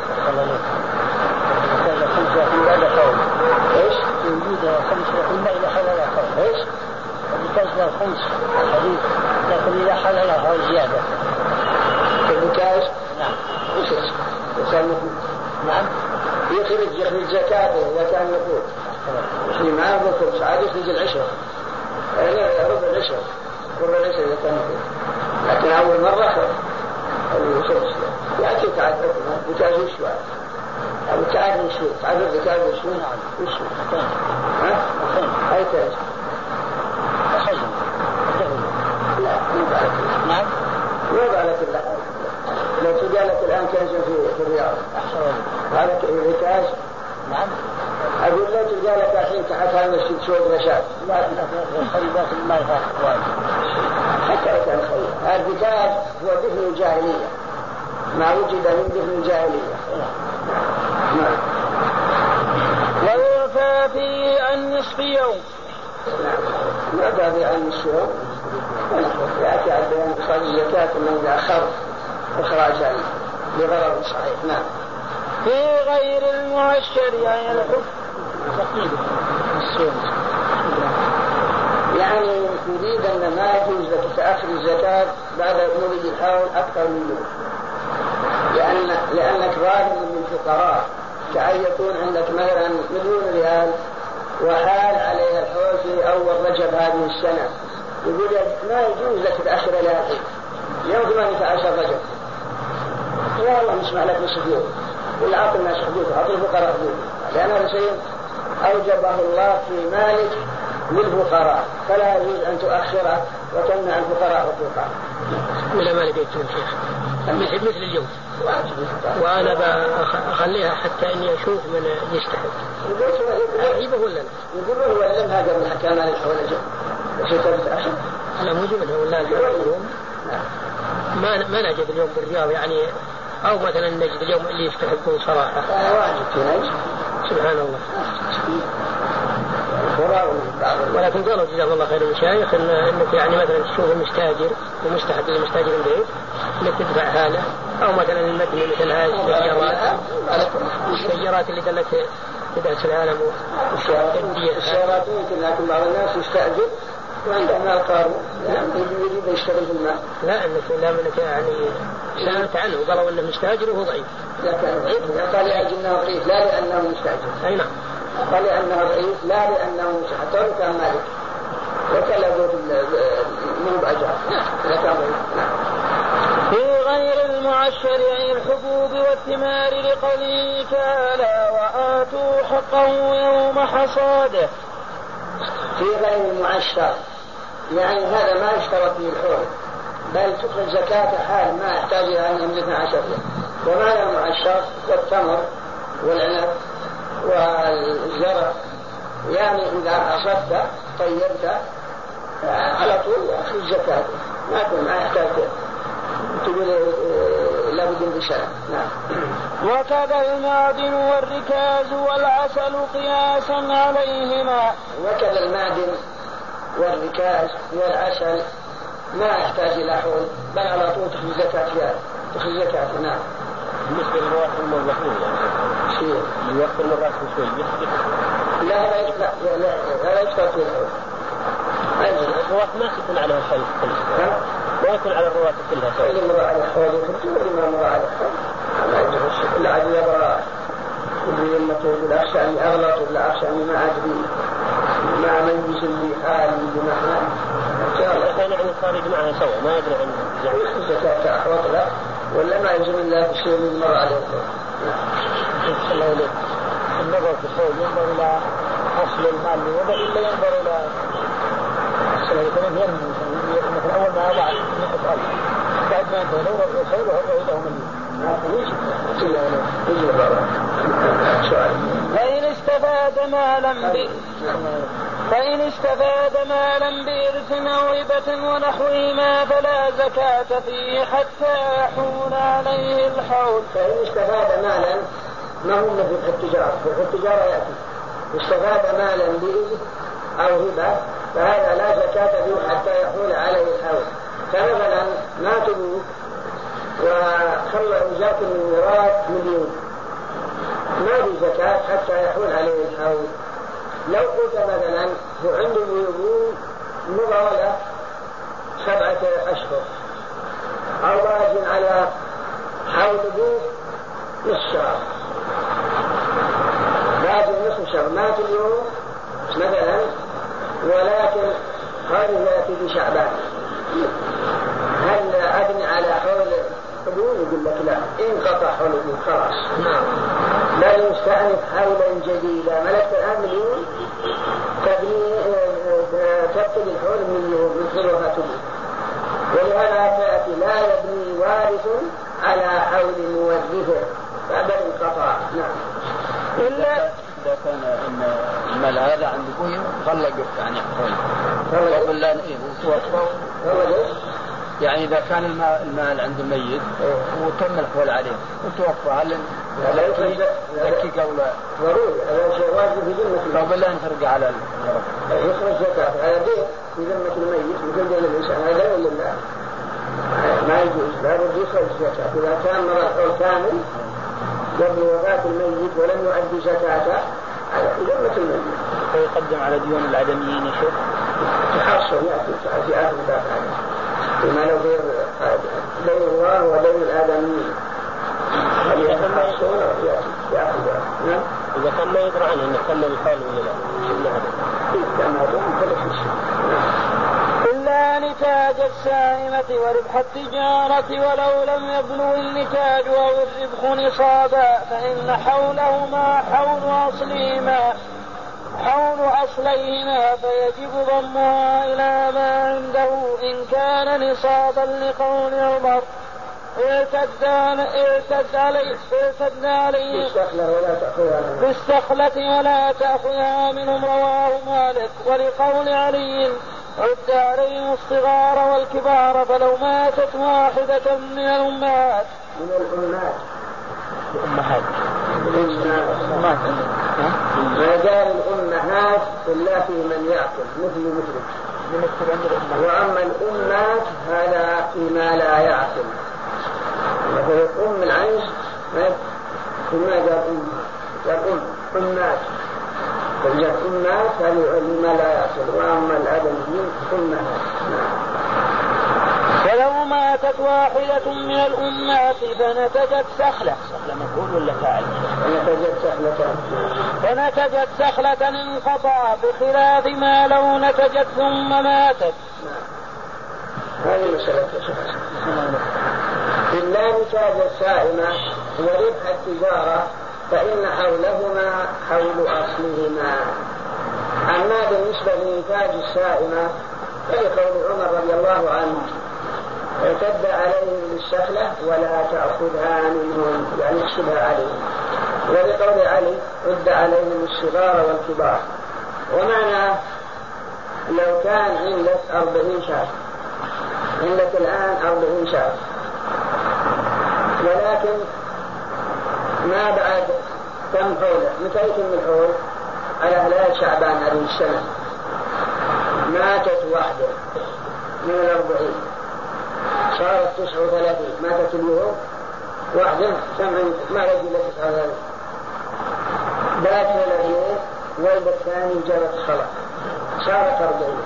Speaker 1: ايش؟
Speaker 2: يوجد 5% إذا حلل حول.
Speaker 1: ايش؟
Speaker 2: البكاش 5 حديث، لكن إذا حلل حول زيادة.
Speaker 1: البكاش؟
Speaker 2: نعم.
Speaker 1: ايش؟
Speaker 2: نعم.
Speaker 1: يخرج زكاته إذا كان يقول. ما يقول ساعات يخرج العشرة، ربع العشرة، ربع العشرة إذا كان يقول. لكن أول مرة يخرج يأتي تعرف بكاش وشوى. أو تعرف وشوى، تعرف بكاش وشوى. وشوى. ها؟ أي كاش؟
Speaker 2: خزن.
Speaker 1: لا ما بعرف.
Speaker 2: نعم.
Speaker 1: ما بعرف الله. لو تجالك الآن كاش في الرياض. هذا كاش.
Speaker 2: نعم.
Speaker 1: أقول لا تجالك الحين تحت هذا المسجد سوق رشاد.
Speaker 2: لا الخريبات ما يفعل.
Speaker 1: حتى كان خير. البكاش هو دفن الجاهلية، ما وجد من دفن الجاهلية. نعم.
Speaker 3: ويوفى فيه عن نصف يوم.
Speaker 1: ما بقي عن نصف يوم. يأتي على بيان إخراج الزكاة من أخر إخراجها لغرض صحيح. نعم.
Speaker 3: في غير المعشر يعني الحكم
Speaker 1: يعني يريد أن ما يجوز لك تأخر الزكاة بعد مضي الحول أكثر من يوم، لأنك ظالم من الفقراء، كأن يكون عندك مثلا 1,000,000 ريال وحال عليها الحول في أول رجب هذه السنة، يقول ما يجوز لك تأخر لها الحين يوم 18 رجب، لا والله نسمع لك نصف يوم، ولا أعطي الناس حدوث، أعطي الفقراء حدوث، لأن هذا شيء أوجبه الله في مالك للفقراء، فلا يجوز أن تؤخره وتمنع الفقراء وتوقع.
Speaker 2: ولا مالك يكتب شيخ مثل اليوم، وأنا بخليها حتى إني أشوف من يستحق. عيبه ولا لا؟
Speaker 1: يقول له ولا هذا من حكام على الحوالجة وشيء تأخر.
Speaker 2: أنا موجب أنه ولا اليوم ما نجد اليوم بالرياض يعني، أو مثلا نجد اليوم اللي يستحقون صراحة.
Speaker 1: واجد
Speaker 2: سبحان الله. ولكن قالوا جزاهم الله خير المشايخ انك يعني مثلا تشوف المستاجر ومستحق للمستاجر البيت انك تدفع هذا، او مثلا المبني مثل هذه السيارات اللي دلت بدأت العالم
Speaker 1: السيارات ممكن، لكن بعض الناس يستأجر وعنده مال قارئ يريد يشتغل في المال.
Speaker 2: لا انك يعني سألت عنه قالوا انه مستاجر وهو ضعيف.
Speaker 1: لكن ضعيف قال لأنه ضعيف لا لأنه مستاجر.
Speaker 2: أي نعم.
Speaker 1: قال لأنه ضعيف لا لأنه مستحتر كان مالك وكلا من بأجار. إذا كان ضعيف.
Speaker 3: في غير المعشر يعني الحبوب والثمار لقوله تعالى وآتوا حقه يوم حصاده.
Speaker 1: في غير المعشر يعني هذا ما يشترط فيه الحول، بل تخرج زكاة حال ما يحتاج إلى أن يملك 10 يوم. ومعنى المعشر والتمر والعنب والزرع، يعني إذا أصبت طيبت على طول أخرج زكاته، ما يحتاج تقول لابد بسنة. نعم.
Speaker 3: وكذا المعدن والركاز والعسل قياسا عليهما.
Speaker 1: وكذا المعدن والركاز والعسل ما يحتاج إلى حول، بل على طول تخرج زكاة. نعم.
Speaker 2: بالنسبة للرواة الموظفين يعني
Speaker 1: شيء
Speaker 2: يوفر للرأس شوي
Speaker 1: لا يشترط في الحول.
Speaker 2: الرواة ما يكون عليها الحول كلها، ما يكون على الرواة كلها سواء.
Speaker 1: اللي مر على الحول يخرج ما مر على الحول ما يجب الشكل لا عاد يبرى اللي يمتوب الأخشى أني أغلط ولا أخشى أني ما أدري ما ميز اللي حالي بمحنا إن شاء الله.
Speaker 2: كان يعني صار يجمعها سوا ما يدري عن
Speaker 1: زكاة أحوط له ولا ما يلزم الله بشيء من مر عليه الحول.
Speaker 2: إن شاء الله إليك النظر في الحول ينظر إلى أصل المال ولا إلا ينظر إلى السنة يكون مثل أول ما وضع 100,000 بعد ما ينتهي لو يخيله هو له مليون.
Speaker 3: فإن استفاد مالا بإرث أو هبة ونحوهما فلا زكاة فيه حتى يحول عليه الحول.
Speaker 1: فإن استفاد مالا ما هو مثل التجارة يأتي استفاد مالا بإرث أو هبة فهذا لا زكاة فيه حتى يحول عليه الحول. فمثلا مات أبوك وخلى جاك من ميراث 1,000,000 ما في زكاة حتى يحول عليه الحول. لو قلت مثلا هو عنده أبوه مضى له 7 أشهر أو راجع على حول أبوه نصف شهر راجع نصف شهر مات اليوم مثلا ولكن هذا يأتي في شعبان هل أبني على حول أبوه؟ يقول لك لا انقطع حول أبوه خلاص لا يستأنف حولا جديدا. ملكت الآن 1,000,000 تبتدي الحول من ثلث أبوه ولهذا تأتي لا يبني وارث على حول مورثه بعد انقطاع. نعم.
Speaker 2: إلا إذا كان إن المال هذا عند أبوه طلق يعني قبل لا يعني إذا كان المال عند الميت وتم الحول عليه وتوفى هل يزكي قوله
Speaker 1: ضروري هذا شيء واجب في ذمة
Speaker 2: قبل لا نفرق على
Speaker 1: يخرج زكاة على دين في ذمة الميت مثل دين الإنسان هذا ولا لا ما يجوز لا بد يخرج زكاة. إذا كان مر الحول كامل قبل وفاة الميت ولم يؤدي زكاته على ذمة الميت
Speaker 2: فيقدم على ديون العدميين شيء
Speaker 1: تحصل يأتي في آخر ذات عليه ما لو غير دين الله ودين الآدميين
Speaker 2: إذا كان ما يدرى عنه أنه كان الحال ولا لا
Speaker 3: إلا نتاج السائمة وربح التجارة ولو لم يبلغ النتاج أو الربح نصابا فإن حولهما حول أصليهما فيجب ضمها إلى ما عنده إن كان نصابا لقول عمر ارتد عليه بالسخلة ولا تأخذها منهم رواه مالك. ولقول علي عد عليهم الصغار والكبار فلو ماتت واحدة من الأمهات
Speaker 1: ما قال الأمهات إلا في من يأكل مثل وأما الأمات هذا فيما لا يأكل مثل أم العيش ما قال أمات فجاء أمات هذا لما لا يأكل وأما الآدميين أمهات.
Speaker 3: ولو ماتت واحدة من الأمهات فنتجت سخلة
Speaker 2: مفعول ولا فاعل؟
Speaker 3: فنتجت سخلة انقطع بخلاف ما لو نتجت ثم ماتت.
Speaker 1: هذه مسألة إلا نتاج السائمة وربح التجارة فإن حولهما حول أصلهما. أما بالنسبة لنتاج السائمة فلقول عمر رضي الله عنه ارتد عليهم بالسخلة ولا تأخذها منهم يعني احسبها عليهم. ولقول علي رد عليهم الصغار والكبار. ومعنى لو كان عندك 40 شاة عندك الآن 40 شاة ولكن ما بعد كم حولة متى يتم الحول على هلال شعبان هذه السنة ماتت واحدة من 40 صارت 39 ماتت اليوم واحدة ما رجل 39 بات اليوم ولد الثاني جرت خلق صارت 40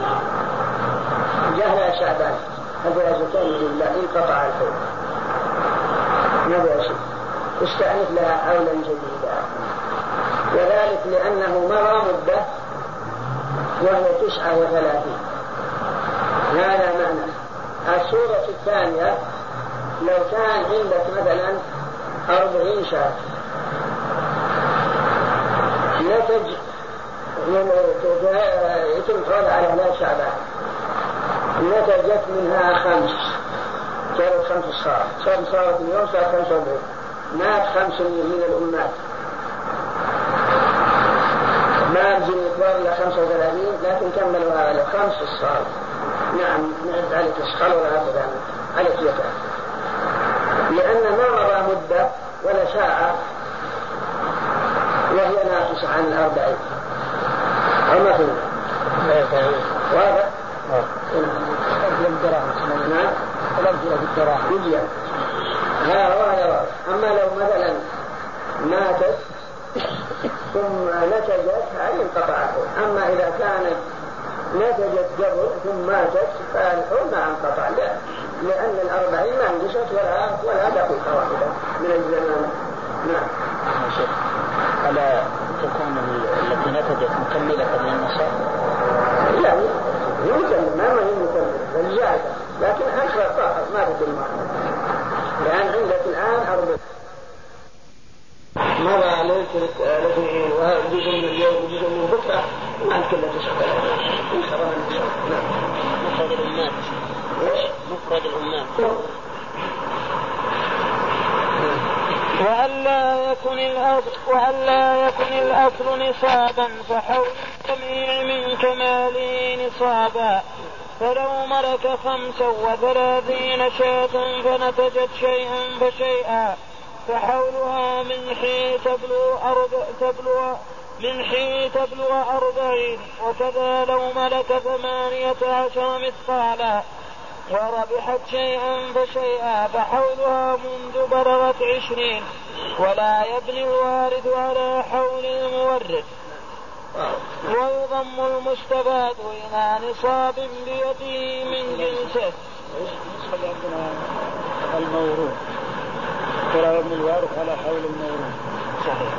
Speaker 1: جهل شعبان هذا زكاة لله انقطع الحول ماذا شيء استأنف لها حولا جديدا وذلك لأنه مضى مدة وهو 39 هذا معنى. الصورة الثانية لو كان عندك مثلا 40 شاة نتج يتم قول على هلال شعبان نتجت منها 5 كانت 5 صارت اليوم صارت 45 مات 5 من الأمات ما بجي مقدار إلى 35 لكن كملوا على 5 صار. نعم نعد عليك الشخال ولا هكذا عليك يتعب لأن ما مضى مدة ولا ساعة وهي ناقصة عن 40 أو ما فيه واضح؟ نعم
Speaker 2: الأمثلة بالدراهم
Speaker 1: يجي هذا. أما لو مثلا ماتت ثم نتجت هذه انقطعت. أما إذا كانت نتجت قبل ثم ماتت فالحول ما انقطع لأن 40 ما انقصت ولا دقيقة واحدة من الزمان. نعم.
Speaker 2: ألا تكون التي نتجت مكملة للنصاب؟
Speaker 1: لا يمكن ما هي مكملة الجاهدة لكن أكثر طاقة ما تدل معها لأن عندك الآن 40 مضى عليك وجزء من اليوم وجزء من بكرة ما عند كلها 9 نعم.
Speaker 2: مفرد الأمات مفرد الأمات
Speaker 3: وألا يكن الأصل نصابا فحول الجميع من كماله نصابا. فلو ملك 35 شاة فنتجت شيئا فشيئا فحولها من حين تبلغ 40 وكذا لو ملك 18 مثقالا وربحت شيئا فشيئا فحولها منذ بلغت 20 ولا يبني الوارث على حول المورث. ويضم المستفاد إلى نصاب بيده من جنسه.
Speaker 2: الموروث ولا يبني الوارث على حول الموروث. صحيح.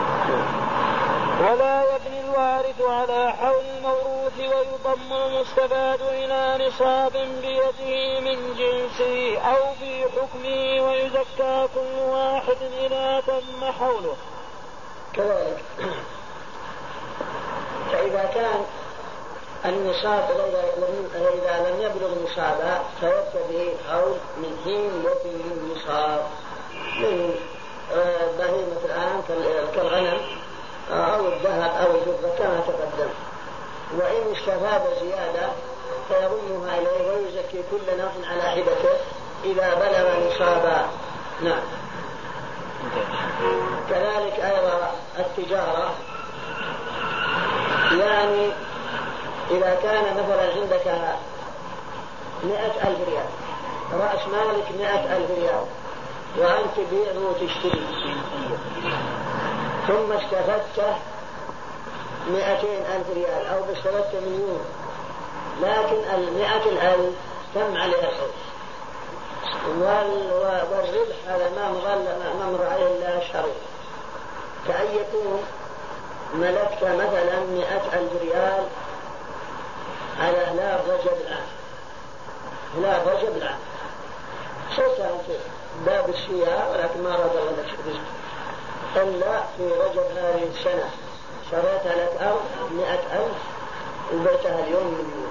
Speaker 3: ولا يبني الوارث على حول الموروث ويضم المستفاد إلى نصاب بيده من جنسه أو في حكمه ويزكى كل واحد إذا تم حوله.
Speaker 1: كذلك فإذا كان النصاب إذا لم يبلغ نصابا فيبتدي الحول من حين يتم النصاب من بهيمة الآن كالغنم أو الذهب أو الفضة كما تقدم. وإن استفاد زيادة فيضمها إليه ويزكي كل نوع على حدته إذا بلغ نصابا. نعم. كذلك أيضا التجارة يعني إذا كان مثلا عندك 100,000 ريال رأس مالك 100,000 ريال وأنت تبيع وتشتري ثم استفدت 200,000 ريال أو استفدت 1,000,000 لكن 100,000 تم عليها الحول والربح هذا ما مر عليه إلا شهرين. كأن يكون ملكت مثلا 100,000 ريال على هلال رجب العام صرت أنت باب السيارة ولكن ما رضى لك رزق إلا في رجب هذه السنة شريت لك أرض 100,000 وبيتها اليوم مليون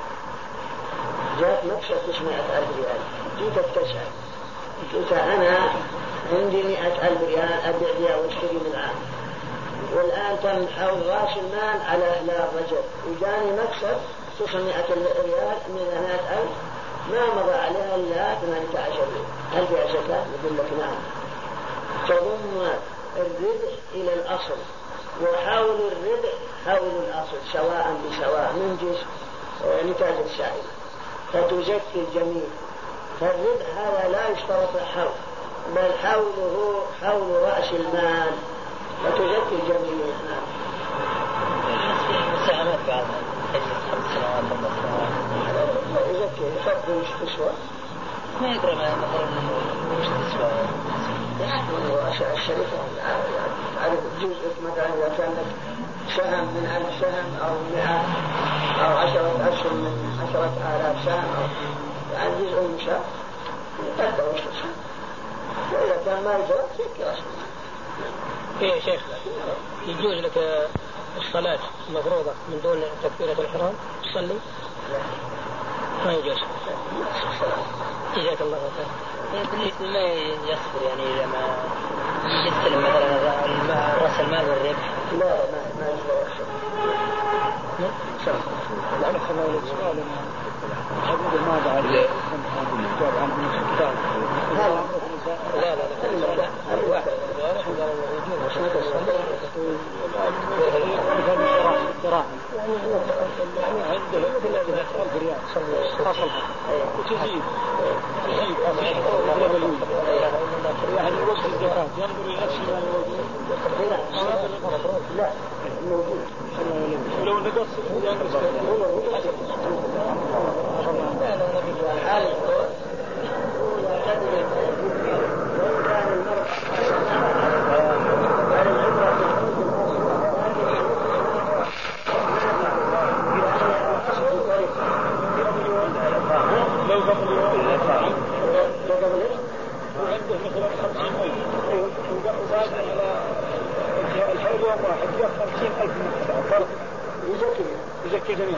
Speaker 1: جاءت مكسب 900,000 ريال جيت تسأل قلت أنا عندي 100,000 ريال أبيع بها واشتري من العام والآن تم حول رأس المال على هلال رجب وجاني مكسب 900 ريال من 100,000 ما مضى عليها إلا 18 ريال هل فيها زكاة؟ يقول لك نعم. تضم الربح إلى الأصل وحاول الربح حول الأصل سواء بسواء من جنس نتاج السائل. فتزكي الجميع. فالربح هذا لا يشترط الحول، بل حوله حول رأس المال فتزكي الجميع.
Speaker 2: مساهمات بعد 5 سنوات
Speaker 1: يزكي يفضل وش تسوى
Speaker 2: ما يدري مثلا وش تسوى
Speaker 1: يعني الشركة تعرف جزء مثلا إذا كان لك سهم من 1000 سهم أو 100 أو 10 أسهم من 10,000 سهم أو يعني جزء مشاء يقدر وش تسوى. وإذا كان ما يجرى يزكي رأس المال.
Speaker 3: يا شيخ يجوز لك الصلاة المفروضة من دون تكبيرة الإحرام تصلي؟ ما يجوز. جزاك الله خير.
Speaker 2: بالنسبة ما يصبر يعني إذا ما يستلم مثلا رأس المال والربح؟
Speaker 1: لا ما يصبر.
Speaker 3: لا أنا خلنا لك سؤال حديد ما بعد جاب عن المختار. لا الواحد يزكي جميع.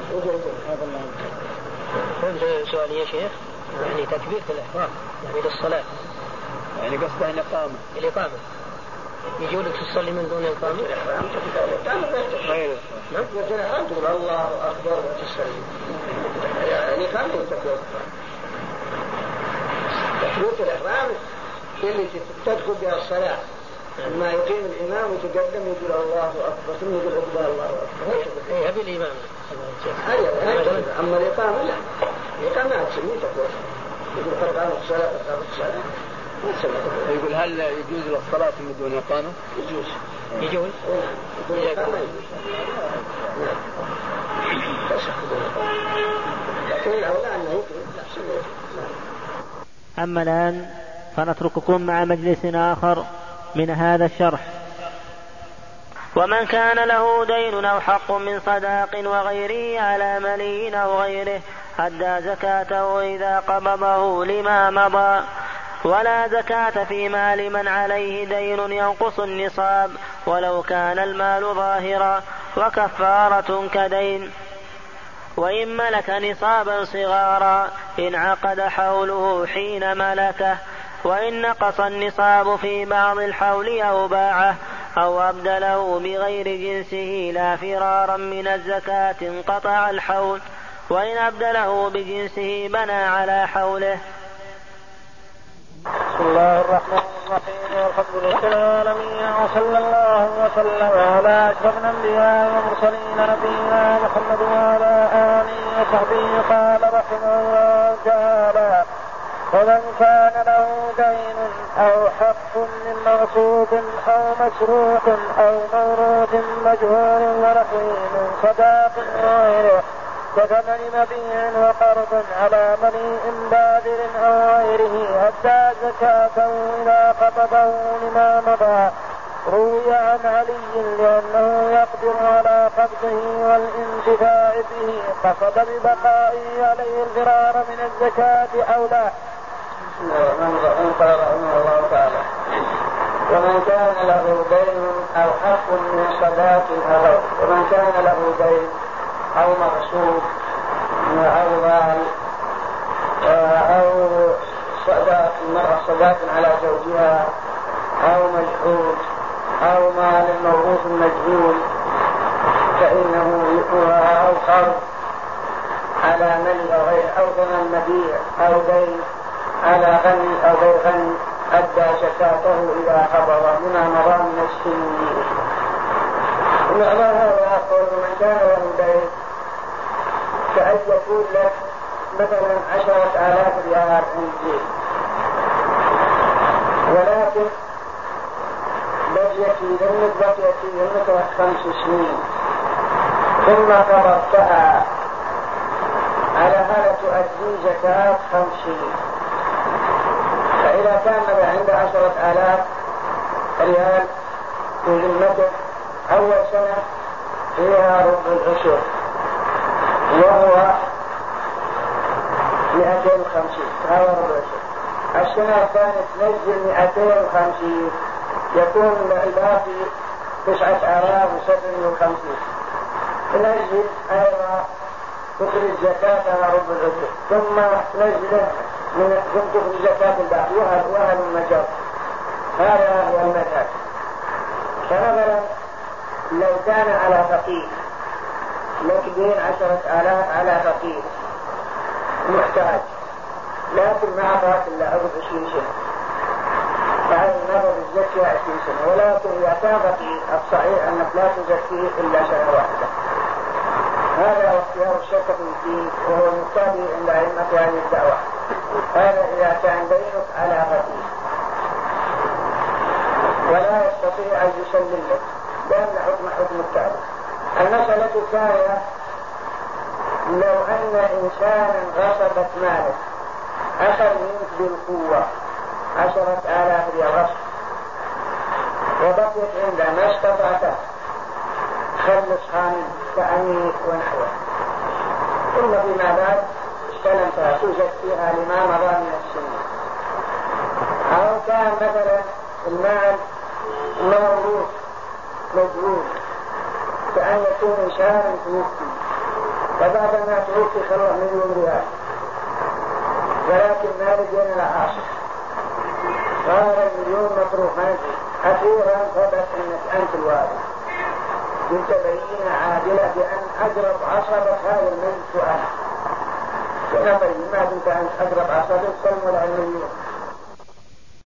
Speaker 3: هذا سؤال يا شيخ يعني تكبيرة الإحرام يعني للصلاة
Speaker 2: يعني قصده
Speaker 3: الإقامة يجوا لك تصلي من دون إقامة؟
Speaker 1: غير نعم يقول الإحرام تقول الله أكبر وتصلي يعني إقامة تكبيرة الإحرام اللي تدخل بها الصلاة ما يقيم الإمام وتقدم يقول الله أكبر ثم يقول عقبال الله أكبر.
Speaker 3: إيه هذه الإمام.
Speaker 1: أما الإقامة لا، الإقامة ما تسميه تكبير. يقول قد قامت الصلاة ما تسمى تكبير.
Speaker 2: يقول هل يجوز للصلاة من دون إقامة؟
Speaker 1: يجوز.
Speaker 3: يجوز.
Speaker 1: لكن الأولى أنه يقيم.
Speaker 4: أما الآن فنترككم مع مجلس آخر من هذا الشرح. ومن كان له دين أو حق من صداق وغيره على ملي أو غيره أدى زكاته إذا قبضه لما مضى. ولا زكاة في مال من عليه دين ينقص النصاب ولو كان المال ظاهرا، وكفارة كدين. وإن ملك نصابا صغارا انعقد حوله حين ملكه، وإن نقص النصاب في بعض الحول أو باعه أو أبدله بغير جنسه لا فرارا من الزكاة انقطع الحول، وإن أبدله بجنسه بنى على حوله.
Speaker 3: بسم الله الرحمن الرحيم، والحمد لله العالمين، وصلى الله وسلم على أشرف الأنبياء والمرسلين نبينا محمد وعلى آله وصحبه. قال رحمه الله تعالى: ومن كان له دين أو حق من مغصوب أو مسروق أو موروث مجهول ونحوه من صداق وغيره كثمن مبيع وقرض على مليء بادر أو غيره أدى زكاته إذا قبضه لما مضى. روي عن علي لأنه يقدر على قبضه والانتفاع به قصد ببقائه عليه الفرار من الزكاة أو لا.
Speaker 1: قال رحمه الله تعالى: ومن كان له دين أو حق من صداق أو ومن كان له دين أو مغصوب أو مال أو صداق على زوجها أو مجهول أو مال موروث مجهول فإنه يؤها أو قرض على مال أو غير أو ثمن مبيع أو دين على غني أو غير غني أدى زكاته إذا قبض لما مضى من السنين. ومعنى هذا يقول: من كان له دين كأن يقول لك مثلا 10,000 ريال عندي، ولكن بقيت في ذمتها 5 سنين ثم قبضتها، على هذا تؤدي زكاة 50. فإذا كان عند 10,000 ريال في ذمته أول سنة فيها ربع العشر وهو 250، هذا ربع العشر. السنة الثانية تنزل 250، يكون الباقي 9,750. تنزل أيضا تخرج زكاتها ربع العشر، ثم تنزله ثم تخرج زكاة الباقي، وهل المجر. هذا هو المذهب. فمثلا لو كان على فقير لك دين 10,000 على فقير محتاج، لكن ما أعطاك إلا عقب 20 سنة، فهذا النظر الزكية 20 سنة. ولكن إذا كان فقير الصحيح أنك لا تزكيه إلا سنة واحدة. هذا اختيار الشك في الدين، وهو المقتضي عند أئمة هذه الدعوة. هذا إذا كان دينك على فقير ولا يستطيع أن يسلم لك، لأن حكم التابع. المسألة الثانية، لو أن إنسانا غصبت مالك، أخذ منك بالقوة 10,000 ريال غصب، وبقيت عنده ما استطعت خلصها منه كأمير ونحوه، ثم فيما بعد استلمتها تزكيها لما مضى من السنين. أو كان مثلا المال موروث مجهول، كأن يكون إنسان توفي، فبعد ما توفي خلص 1,000,000 ريال، ولكن ما لدينا العاصر، صار 1,000,000 مطروحا. أخيرا ثبت أنك أنت الوارث، كنت بينة عادلة بأن أجرب عصبة هذا الميت أنا. كنا طيب ما كنت أن أجرب عصبة سلم ولا 1,000,000،